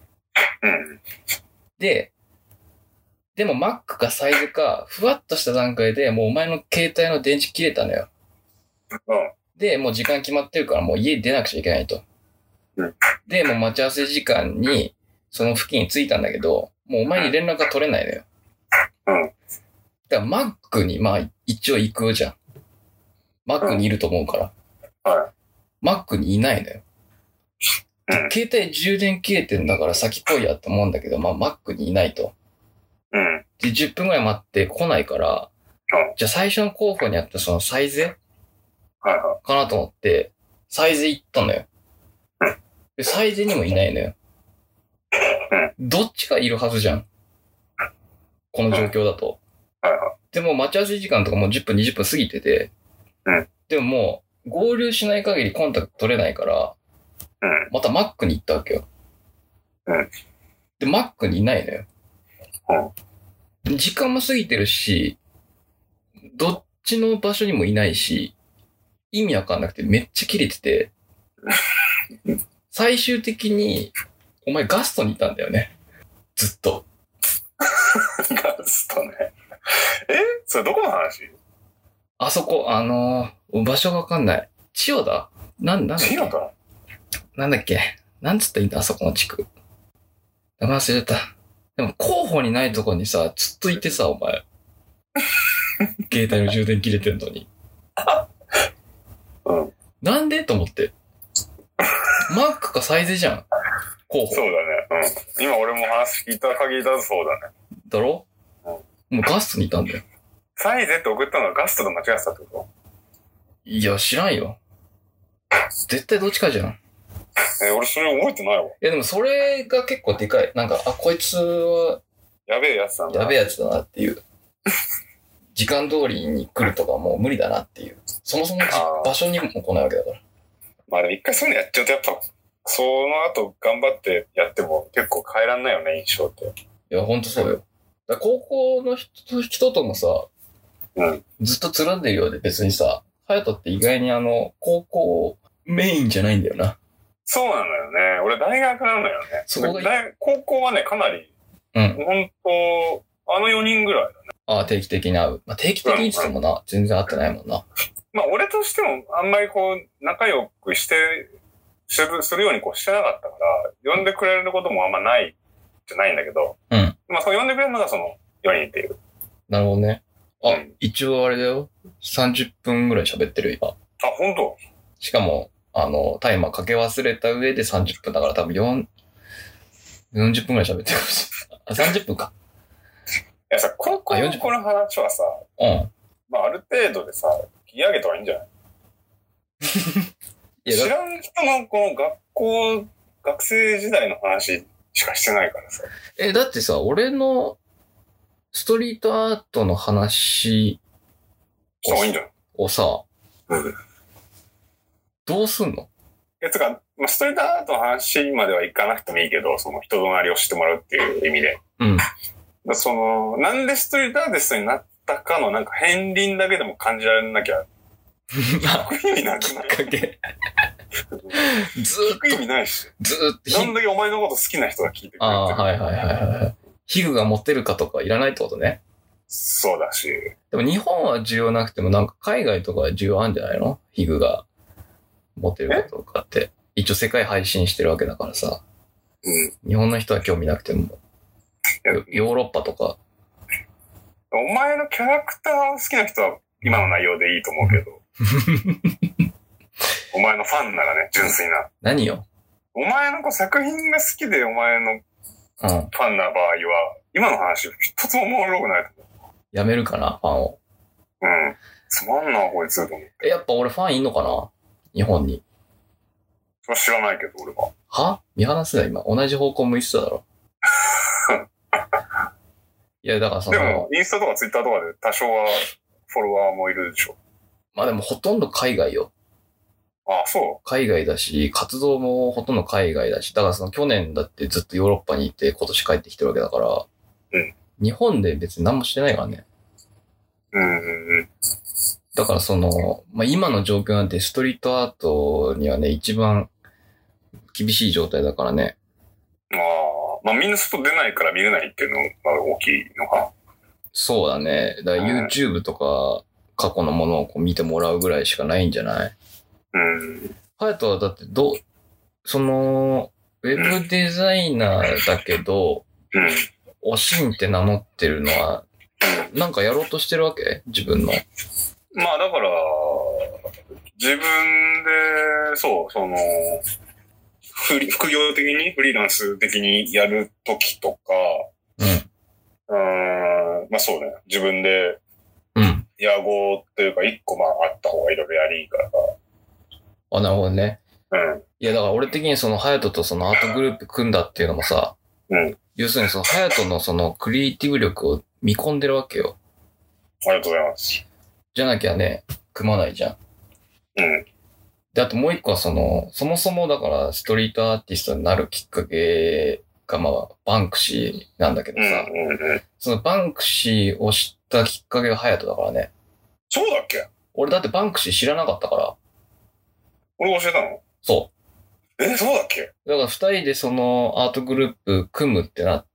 でもマックかサイズか、ふわっとした段階でもうお前の携帯の電池切れたのよ。で、もう時間決まってるからもう家出なくちゃいけないと。で、もう待ち合わせ時間にその付近に着いたんだけど、もうお前に連絡が取れないのよ。だからマックに一応行くじゃん。マックにいると思うから。マックにいないのよ。 携帯充電切れてんだから先来いやと思うんだけど、まあ Mac にいないと。で、10分くらい待って来ないから、じゃあ最初の候補にあったそのサイゼかなと思って、サイゼ行ったのよ。で、サイゼにもいないのよ。どっちかいるはずじゃん。この状況だと。でも待ち合わせ時間とかもう10分20分過ぎてて、でももう合流しない限りコンタクト取れないから、また Mac に行ったわけよ。で、Mac にいないのよ。時間も過ぎてるし、どっちの場所にもいないし、意味わかんなくてめっちゃ切れてて、最終的に、お前ガストにいたんだよね。ずっと。 ガストね。それどこの話？ あそこ、場所がわかんない。千代田なんだっけ？ 千代田？ なんだっけ？なんつったらいいんだ、あそこの地区。名前忘れちゃった。でも候補にないとこにさ、ずっといてさ、お前。携帯の充電切れてんのに。なんでと思って。マックかサイゼじゃん。候補。 そうだね。今俺も話聞いた限りだとそうだね。 だろ？もうガストにいたんだよ。 サイゼって送ったのはガストと間違ってたってこと？ いや、知らんよ。絶対どっちかじゃん。 俺それ覚えてないわ。 いや、でもそれが結構でかい。なんか、こいつは、 やべえやつなんだ。 やべえやつだなっていう。時間通りに来るとかもう無理だなっていう。そもそも場所にも来ないわけだから。 まあでも一回そういうのやっちゃうとやっぱ、その後頑張ってやっても結構変えらんないよね、印象って。 いや、ほんとそうよ。だ高校の人ともさ、ずっとつるんでるようで別にさ、隼人って意外に高校メインじゃないんだよな。 そうなのよね。俺大学なのよね。 そこが高校はね、かなり、本当4人ぐらいだね。 ああ、定期的に会う。まあ、定期的にしてもな、全然会ってないもんな。 まあ、俺としてもあんまり仲良くするようにしてなかったから、呼んでくれることもあんまないじゃないんだけど、まあ、呼んでくれるのがその4人っていう。 なるほどね。一応あれだよ。30分ぐらい喋ってる今。 本当？ しかも、タイマーかけ忘れた上で30分だから多分40分ぐらい喋ってるかもしれない。30分か。 いやさ、高校のこの話はさ、まあある程度でさ、切り上げた方がいいんじゃない？知らん人のこの学生時代の話しかしてないからさ。 だってさ、俺のストリートアートの話をさ、どうすんの？ つか、まあ、ストリートアートの話まではいかなくてもいいけど、その人となりを知ってもらうっていう意味で。なんでストリートアーティストになったかのなんか片鱗だけでも感じられなきゃ、意味なくない？ ずーっと。 意味ないし。 ずーっと。 どんだけお前のこと好きな人が聞いてくれてる。 はい。ヒグが持ってるかとかいらないってことね。 そうだし。 でも日本は需要なくてもなんか海外とかは需要あるんじゃないの？ヒグが持ってるかとかって。一応世界配信してるわけだからさ。日本の人は興味なくても。ヨーロッパとか。 お前のキャラクター好きな人は今の内容でいいと思うけど。お前のファンならね、純粋な。 何よ？ お前の作品が好きでお前のファンな場合は、今の話一つもおもろくないと思う。 やめるかな、ファンを。 つまんなこいつと思って。 やっぱ俺ファンいんのかな？日本に。 それ知らないけど、俺は。 は？見放すな、今。同じ方向向いてただろ。いや、だからでも、インスタとかツイッターとかで多少はフォロワーもいるでしょ。 まあでもほとんど海外よ。 そう？ 海外だし、活動もほとんど海外だし、だから去年だってずっとヨーロッパにいて今年帰ってきてるわけだから、日本で別に何もしてないからね。だからまあ今の状況なんてストリートアートにはね、一番厳しい状態だからね。 まあみんな外出ないから見れないっていうのが大きいのか。 そうだね。だから YouTube とか過去のものを見てもらうぐらいしかないんじゃない？隼人はだってウェブデザイナーだけど、おしんって名乗ってるのは、なんかやろうとしてるわけ？自分の。 まあだから、自分で、フ副業的にフリーランス的にやるときとか、まあそうね。自分で、野号っていうか一個まああった方がいろいろやりいいから。 あ、なるほどね。いや、だから俺的にそのハヤトとそのアートグループ組んだっていうのもさ、要するにそのハヤトのそのクリエイティブ力を見込んでるわけよ。 ありがとうございます。 じゃなきゃね、組まないじゃん。で、あともう一個はそもそもだからストリートアーティストになるきっかけがまあバンクシーなんだけどさ、そのバンクシーを知ったきっかけがハヤトだからね。 そうだっけ？ 俺だってバンクシー知らなかったから。 俺教えたの？ そう。 そうだっけ？ だから二人でそのアートグループ組むってなって、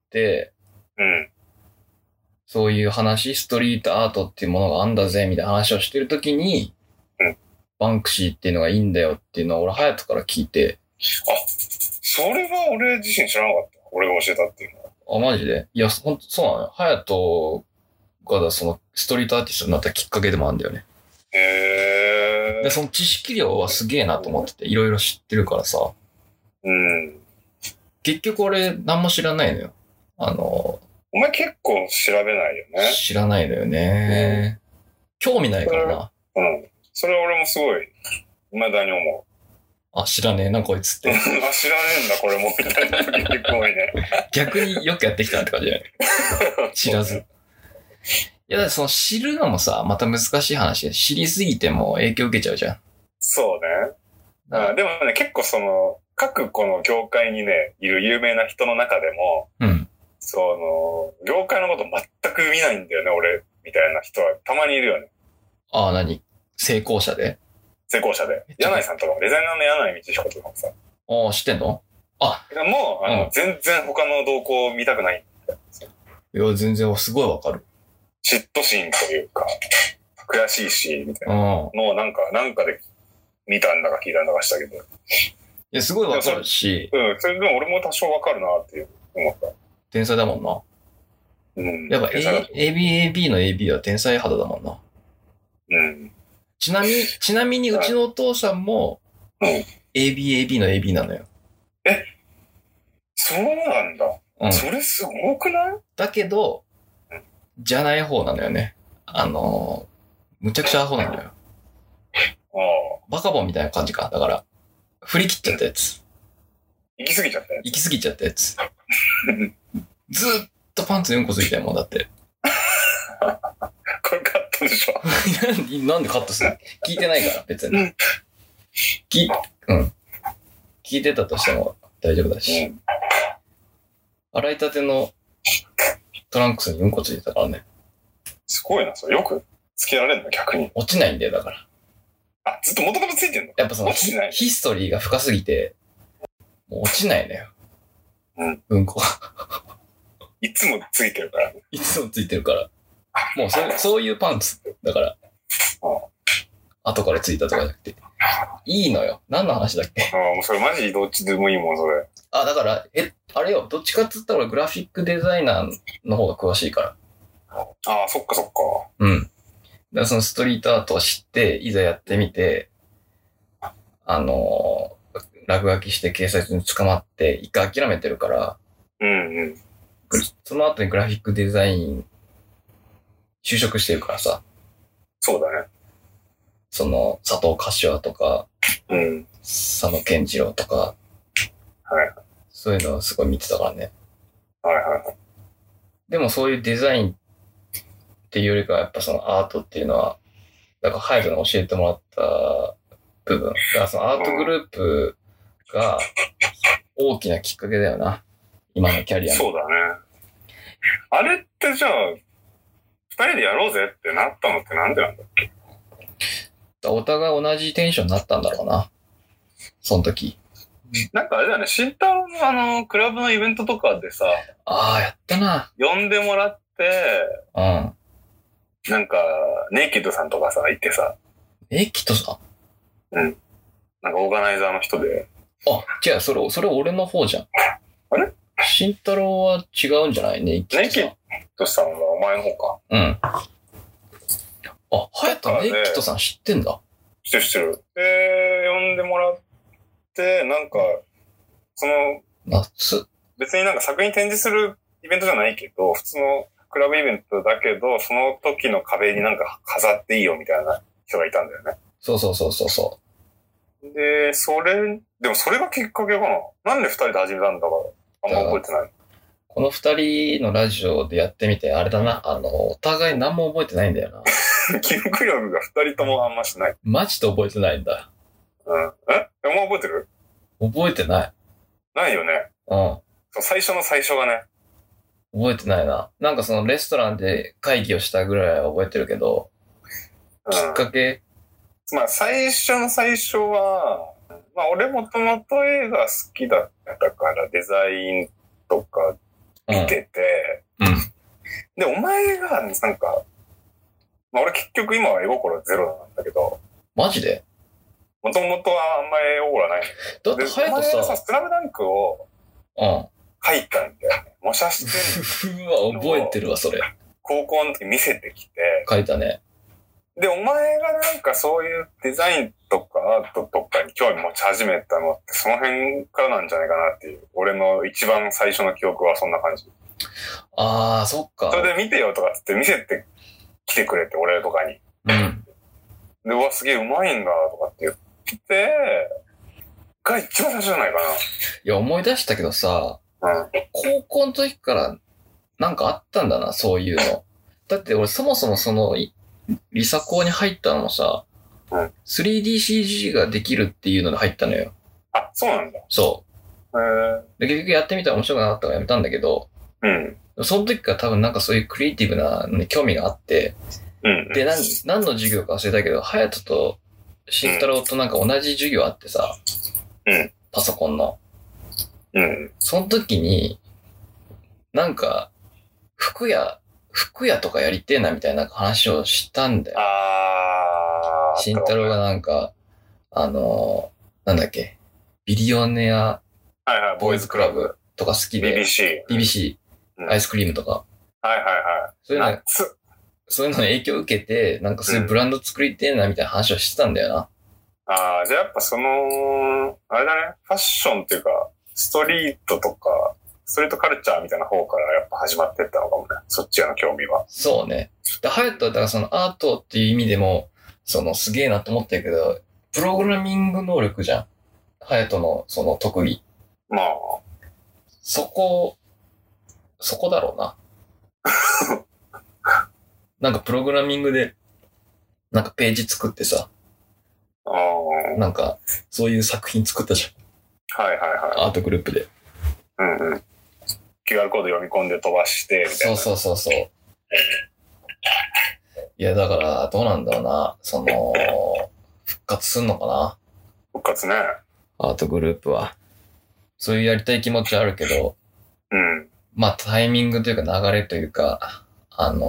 そういう話、ストリートアートっていうものがあんだぜ、みたいな話をしてるときに、バンクシーっていうのがいいんだよっていうのは俺、ハヤトから聞いて。 それは俺自身知らなかった。俺が教えたっていうのは。 マジで？いや、ほんと、そうなのよ。ハヤトがそのストリートアーティストになったきっかけでもあるんだよね。で、その知識量はすげえなと思ってて、いろいろ知ってるからさ。結局俺、何も知らないのよ。 お前結構調べないよね。 知らないのよね。興味ないからな。 それは俺もすごい、未だに思う。知らねえな、こいつって。 知らねえんだ、これも、みたいな時結構多いね。 逆によくやってきたって感じだよね。知らず。いや、その知るのもさ、また難しい話で、知りすぎても影響受けちゃうじゃん。 そうね。でもね、結構各この業界にね、いる有名な人の中でも、業界のこと全く見ないんだよね、俺、みたいな人はたまにいるよね。 何？成功者で？ 成功者で。柳井さんとかも、デザイナーの柳井道彦とかもさ。 知ってんの？もう、全然他の動向を見たくないんだよ。 いや、全然すごいわかる。 嫉妬心というか、悔しいし、みたいなのをなんかで見たんだか聞いたんだかしたけど。いや、すごいわかるし。 それでも俺も多少わかるなって思った。 天才だもんな。やっぱ ABAB の AB は天才肌だもんな。ちなみにうちのお父さんも ABAB の AB なのよ。 そうなんだ。それすごくない？ だけど、じゃない方なのよね。むちゃくちゃアホなのよ。バカボンみたいな感じか。だから、振り切っちゃったやつ。 行き過ぎちゃったやつ。ずーっとパンツにうんこついたよ、もうだって。 これカットでしょ？ なんでカットするの？聞いてないから、別に。聞いてたとしても大丈夫だし。洗いたてのトランクスにうんこついてたからね。すごいな、それよくつけられるの逆に。 落ちないんだよ、だから。 ずっと元々ついてんの？ やっぱヒストリーが深すぎて、もう落ちないのよ。うんこ。 いつもついてるからね。 いつもついてるから。もうそういうパンツ。だから。後からついたとかじゃなくて。いいのよ。何の話だっけ？ もうそれマジどっちでもいいもん、それ。 だから、あれよ、どっちかって言ったら俺グラフィックデザイナーの方が詳しいから。 そっか。 だからそのストリートアートを知って、いざやってみて、落書きして警察に捕まって、一回諦めてるから、その後にグラフィックデザイン、就職してるからさ。 そうだね。 佐藤柏とか、佐野健次郎とか、そういうのをすごい見てたからね。でもそういうデザインっていうよりかはやっぱアートっていうのは、だからハヤトに教えてもらった部分。だからそのアートグループが大きなきっかけだよな。今のキャリアの。 そうだね。あれってじゃあ、二人でやろうぜってなったのってなんでなんだっけ？ お互い同じテンションになったんだろうな。その時。 なんかあれだよね、慎太郎のクラブのイベントとかでさ、 やったな。 呼んでもらって、なんか、ネイキッドさんとかさ、いてさ。 ネイキッドさん？なんかオーガナイザーの人で。 違う、それ俺の方じゃん。 あれ？ 慎太郎は違うんじゃない？ネイキッドさん。 ネイキッドさんはお前の方か。 ハヤトネイキッドさん知ってんだ。 知ってる。で、呼んでもらって、なんか、 その、別になんか作品展示するイベントじゃないけど、普通のクラブイベントだけど、その時の壁になんか飾っていいよみたいな人がいたんだよね。 そうそうそうそうそう。 で、でもそれがきっかけかな。なんで二人で始めたんだか、あんま覚えてない。 この二人のラジオでやってみて、あれだな、お互い何も覚えてないんだよな。 記憶力が二人ともあんましない。 マジで覚えてないんだ。 うん。もう覚えてる？ 覚えてない。 ないよね。 うん。 最初の最初がね。 覚えてないな。なんかそのレストランで会議をしたぐらいは覚えてるけど、きっかけ？ まあ最初の最初は、まあ俺もともと映画好きだったからデザインとか見てて、で、お前がなんか、まあ俺結局今は絵心ゼロなんだけど、 マジで？ もともとはあんまり絵心はない。 だって隼人さ、 スラムダンクを書いたんだよね。模写してる。うわ、覚えてるわ、それ。 高校の時見せてきて。 書いたね。 で、お前がなんかそういうデザインとかアートとかに興味持ち始めたのってその辺からなんじゃないかなっていう。俺の一番最初の記憶はそんな感じ。 ああ、そっか。 それで見てよとかって見せてきてくれて、俺とかに。 うん。 で、うわ、すげえうまいんだとかって言って、が一番最初じゃないかな。いや、思い出したけどさ、高校の時からなんかあったんだな、そういうの。だって俺そもそもその、リサコに入ったのもさ、3DCG ができるっていうので入ったのよ。 あ、そうなんだ。 そう。で、結局やってみたら面白くなかったからやめたんだけど、その時から多分なんかそういうクリエイティブなのに興味があって、で、何の授業か忘れたけど、隼人と慎太郎となんか同じ授業あってさ、パソコンの。その時に、なんか、服屋とかやりてえなみたいな話をしたんだよ。慎太郎がなんか、なんだっけ、ビリオネア、ボーイズクラブとか好きで、BBC、アイスクリームとか。そういうのに影響を受けて、なんかそういうブランド作りてえなみたいな話をしてたんだよな。 じゃあやっぱあれだね、ファッションっていうか、ストリートカルチャーみたいな方からやっぱ始まってったのかもね。そっちへの興味は。そうね。隼人はだからそのアートっていう意味でも、すげえなと思ってるけど、プログラミング能力じゃん。隼人のその特技。まあ。そこだろうな。なんかプログラミングで、なんかページ作ってさ。なんか、そういう作品作ったじゃん。アートグループで。QR コード読み込んで飛ばして、みたいな。そう。いや、だから、どうなんだろうな。復活すんのかな。復活ね。アートグループは。そういうやりたい気持ちはあるけど、まあ、タイミングというか流れというか、まあね。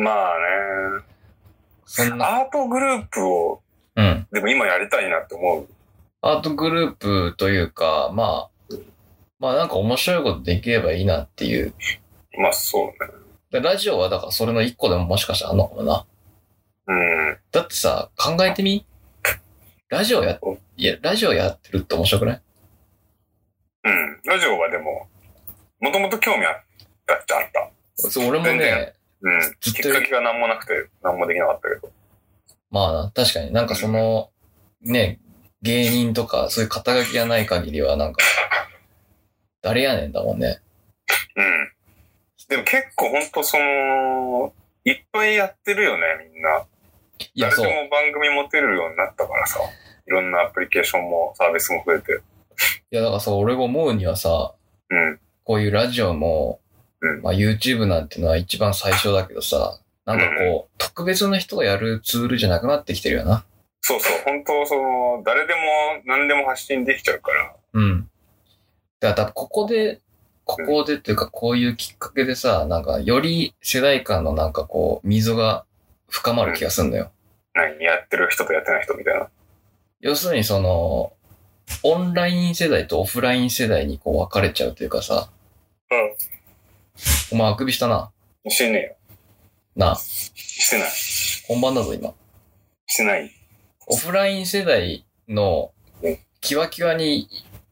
アートグループを、でも今やりたいなって思う。アートグループというか、まあなんか面白いことできればいいなっていう。まあそうね。でラジオはだからそれの一個でももしかしたらあんのかもな。だってさ、考えてみ？ラジオやってるって面白くない？ラジオはでも、もともと興味あったっちゃあった。そう、俺もね、きっかけが何もなくて、何もできなかったけど。まあ確かになんかね、芸人とかそういう肩書きがない限りはなんか、誰やねんだもんね。でも結構ほんといっぱいやってるよね、みんな。いや、誰でも番組持てるようになったからさ。いろんなアプリケーションもサービスも増えて。いや、だからさ、俺が思うにはさ、こういうラジオも、まあ YouTube なんてのは一番最初だけどさ、なんか特別な人がやるツールじゃなくなってきてるよな。そう、本当誰でも何でも発信できちゃうから。だから多分ここでっていうかこういうきっかけでさ、なんかより世代間のなんか溝が深まる気がするんだよ。やってる人とやってない人みたいな。要するにオンライン世代とオフライン世代に分かれちゃうというかさ。お前あくびしたな。してねえよ。なあ。してない。本番だぞ今。してない。オフライン世代のキワキワに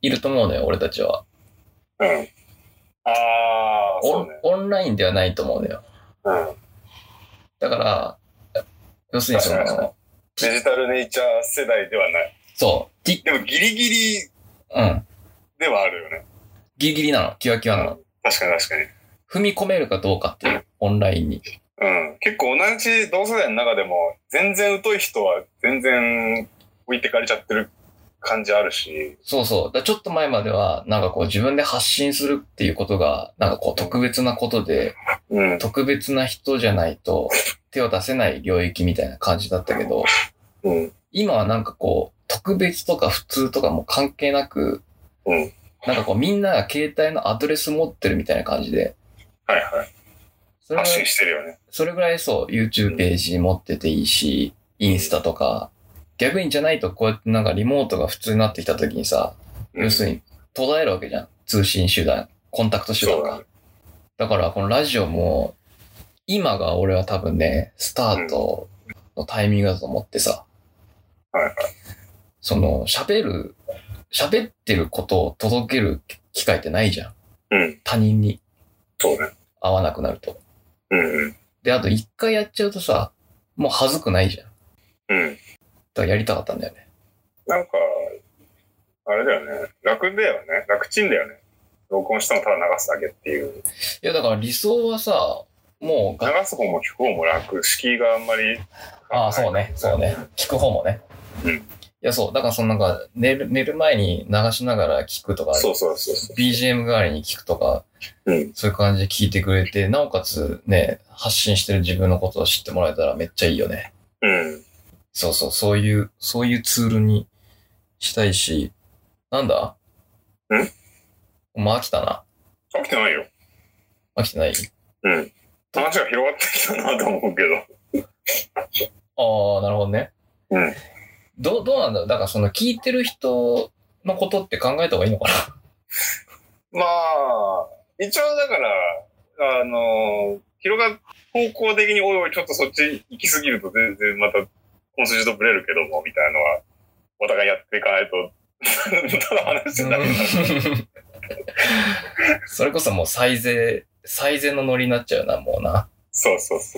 いると思うのよ、俺たちは。 うん。ああ、そうね。 オンラインではないと思うのよ。 うん。 だから、要するにその、 デジタルネイチャー世代ではない。 そう。 でもギリギリ、 うん。 ではあるよね。 ギリギリなの。キワキワなの。 確かに確かに。 踏み込めるかどうかっていう、オンラインに。 うん。結構同じ同世代の中でも、全然疎い人は全然置いてかれちゃってる感じあるし。 そうそう。だちょっと前までは、なんかこう自分で発信するっていうことが、なんかこう特別なことで、 うん、 特別な人じゃないと手を出せない領域みたいな感じだったけど、 うん、 今はなんかこう、特別とか普通とかも関係なく、 うん、 なんかこうみんなが携帯のアドレス持ってるみたいな感じで、 はいはい。発信してるよね。 それぐらいそう、YouTube ページ持ってていいし、インスタとか、逆にじゃないとこうやってなんかリモートが普通になってきた時にさ、要するに途絶えるわけじゃん。通信手段、コンタクト手段が。だからこのラジオも、今が俺は多分ね、スタートのタイミングだと思ってさ、 はいはい。 その喋ってることを届ける機会ってないじゃん。 うん。 他人に。 そうね。 会わなくなると。 うんうん。 で、あと一回やっちゃうとさ、もう恥ずくないじゃん。 うん。 だからやりたかったんだよね。 なんか、あれだよね。楽だよね。楽ちんだよね。録音したのただ流すだけっていう。 いや、だから理想はさ、もう流す方も聞く方も楽。敷居があんまり。 ああ、そうね。そうね。聞く方もね。 うん。 いや、そう。だからそのなんか、寝る前に流しながら聞くとか、 そうそうそうそう。 BGM 代わりに聞くとか、 うん。 そういう感じで聞いてくれて、なおかつね、発信してる自分のことを知ってもらえたらめっちゃいいよね。 うん。 そうそう、そういうツールにしたいし、なんだ？もう飽きたな。 飽きてないよ。 飽きてない？ うん。話が広がってきたなと思うけど。 ああ、なるほどね。 うん。 どうなんだろう？だからその聞いてる人のことって考えた方がいいのかな？ まあ、一応だから、広が、方向的においちょっとそっち行き過ぎると全然また本筋とブレるけども、みたいなのは、お互いやっていかないと、ただ話してるだけだ。 それこそもう最善のノリになっちゃうな、もうな。 そうそうそう。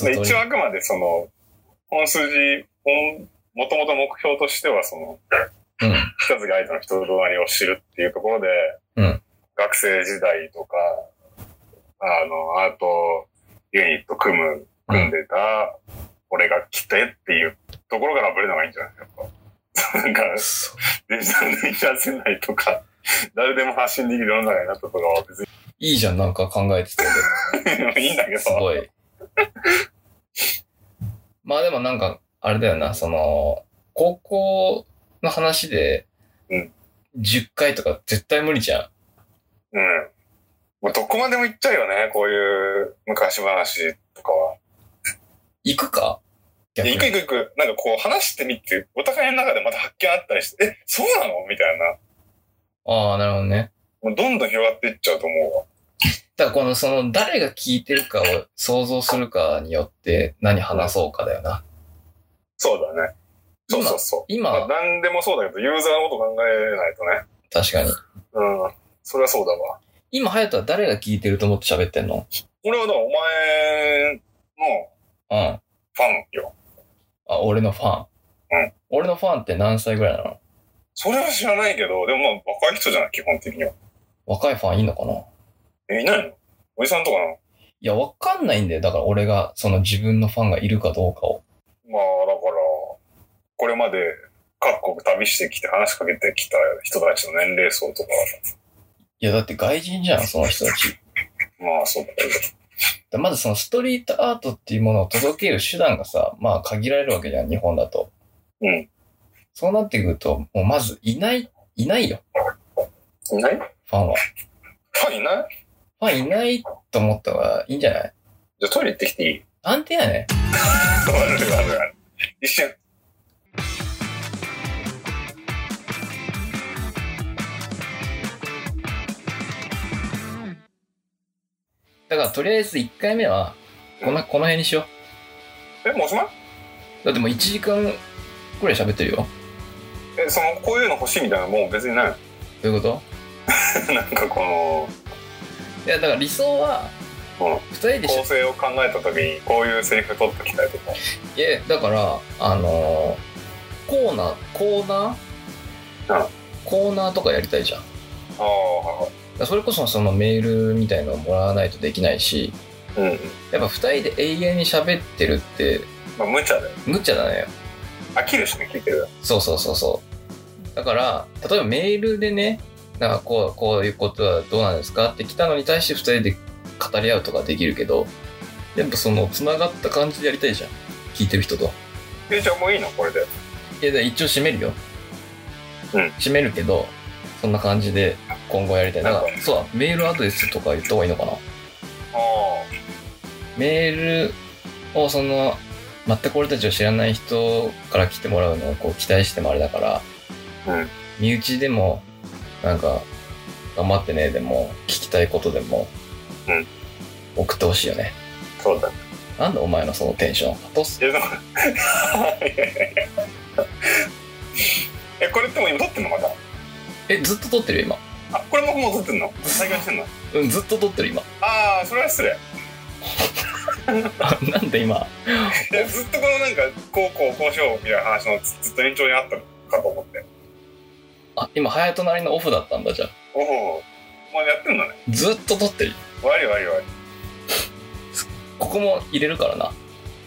一応あくまでその、本筋、もともと目標としてはその、北月愛斗の人となりを知るっていうところで、学生時代とか、アートユニット組んでた、俺が来てっていうところからブレるのがいいんじゃないですか。なんか、デジタルネイチャー世代とか、誰でも発信できる世の中になったとかは別に。 いいじゃん、なんか考えてたけど。いいんだけど。 すごい。まあでもなんか、あれだよな、その、高校の話で、10回とか絶対無理じゃん。 うん。もうどこまでも行っちゃうよね、こういう昔話とかは。 行くか？ 行く。なんかこう話してみて、お互いの中でまた発見あったりして、そうなのみたいな。 ああ、なるほどね。 もうどんどん広がっていっちゃうと思うわ。 だからその誰が聞いてるかを想像するかによって何話そうかだよな。 そうだね。そう。 今、 まあ、何でもそうだけど、ユーザーのこと考えないとね。 確かに。 うん。それはそうだわ。 今、隼人は誰が聞いてると思って喋ってんの？ 俺はだからお前のファンよ。 あ、俺のファン。俺のファンって何歳ぐらいなの？ それは知らないけど、でもまあ若い人じゃない、基本的には。 若いファンいんのかな？ いないの？おじさんとかなの？ いや、わかんないんだよ。だから俺が、その自分のファンがいるかどうかを。 まあ、だから、これまで各国旅してきて話しかけてきた人たちの年齢層とか。 いや、だって外人じゃん、その人たち。 まあ、そうだけど。まずそのストリートアートっていうものを届ける手段がさ、まあ限られるわけじゃん、日本だと。 うん。 そうなってくると、もうまずいないよ。 いない？ ファンは。 ファンいない？ ファンいないと思った方がいいんじゃない？ じゃあトイレ行ってきていい？ なんてやねん。 ある。一瞬。 だからとりあえず1回目は、この辺にしよう。もうおしまい？ だってもう1時間くらい喋ってるよ。 こういうの欲しいみたいなもう別にないの？ どういうこなんかこのと？いやだから理想は2人で構成を考えた時にこういうセリフ取ってきたりとか。 いやだからコーナーとかやりたいじゃん。それこそそのメールみたいのをもらわないとできないし、やっぱ2人で永遠に喋ってるって、 まあ無茶だよ。 無茶だね。 飽きるしね、聞いてる。 そうだから例えばメールでね、なんかこういうことはどうなんですかって来たのに対して2人で語り合うとかできるけど、やっぱそのつながった感じでやりたいじゃん、聞いてる人と。 じゃあもういいのこれで？ いや一応閉めるよ。閉めるけどそんな感じで今後やりたい。だからそうメールアドレスとか言った方がいいのかな。メールをその全く俺たちを知らない人から来てもらうのをこう期待してもあれだから、身内でもなんか頑張ってねでも聞きたいことでも送ってほしいよね。 そうだ。 なんだお前のそのテンション。 これってもう今撮ってんのまた？ ずっと撮ってるよ今。 これもう撮ってんの？再開してんの？ ずっと撮ってる今。 それは失礼。 なんで今ずっとこのなんかこうしようみたいな話のずっと延長にあったのかと思って。 今早隣のオフだったんだ。じゃあもうやってんのね。 ずっと撮ってる。 悪いここも入れるからな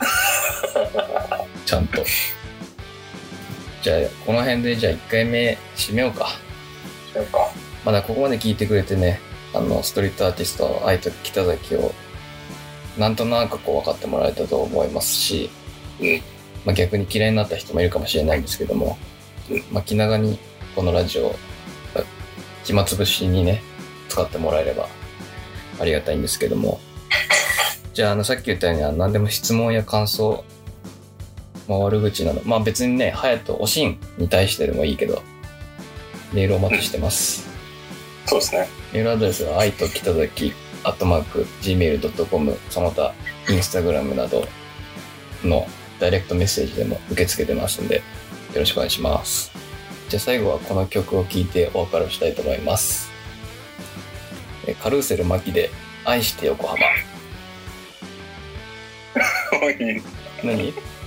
ちゃんと。じゃあこの辺でじゃあ1回目締めようか。まだここまで聞いてくれてね、ストリートアーティスト愛と北崎をなんとなくこう分かってもらえたと思いますし、逆に嫌いになった人もいるかもしれないんですけども、気長にこのラジオ暇つぶしにね使ってもらえればありがたいんですけども、じゃあさっき言ったように何でも質問や感想、悪口など別にね隼人おしんに対してでもいいけどメールをお待ちしてます。 そうですね。 メールアドレスは愛と北崎@gmail.com、 その他インスタグラムなどのダイレクトメッセージでも受け付けてますんでよろしくお願いします。じゃあ最後はこの曲を聴いてお別れをしたいと思います。カルーセルマキで愛して横浜。何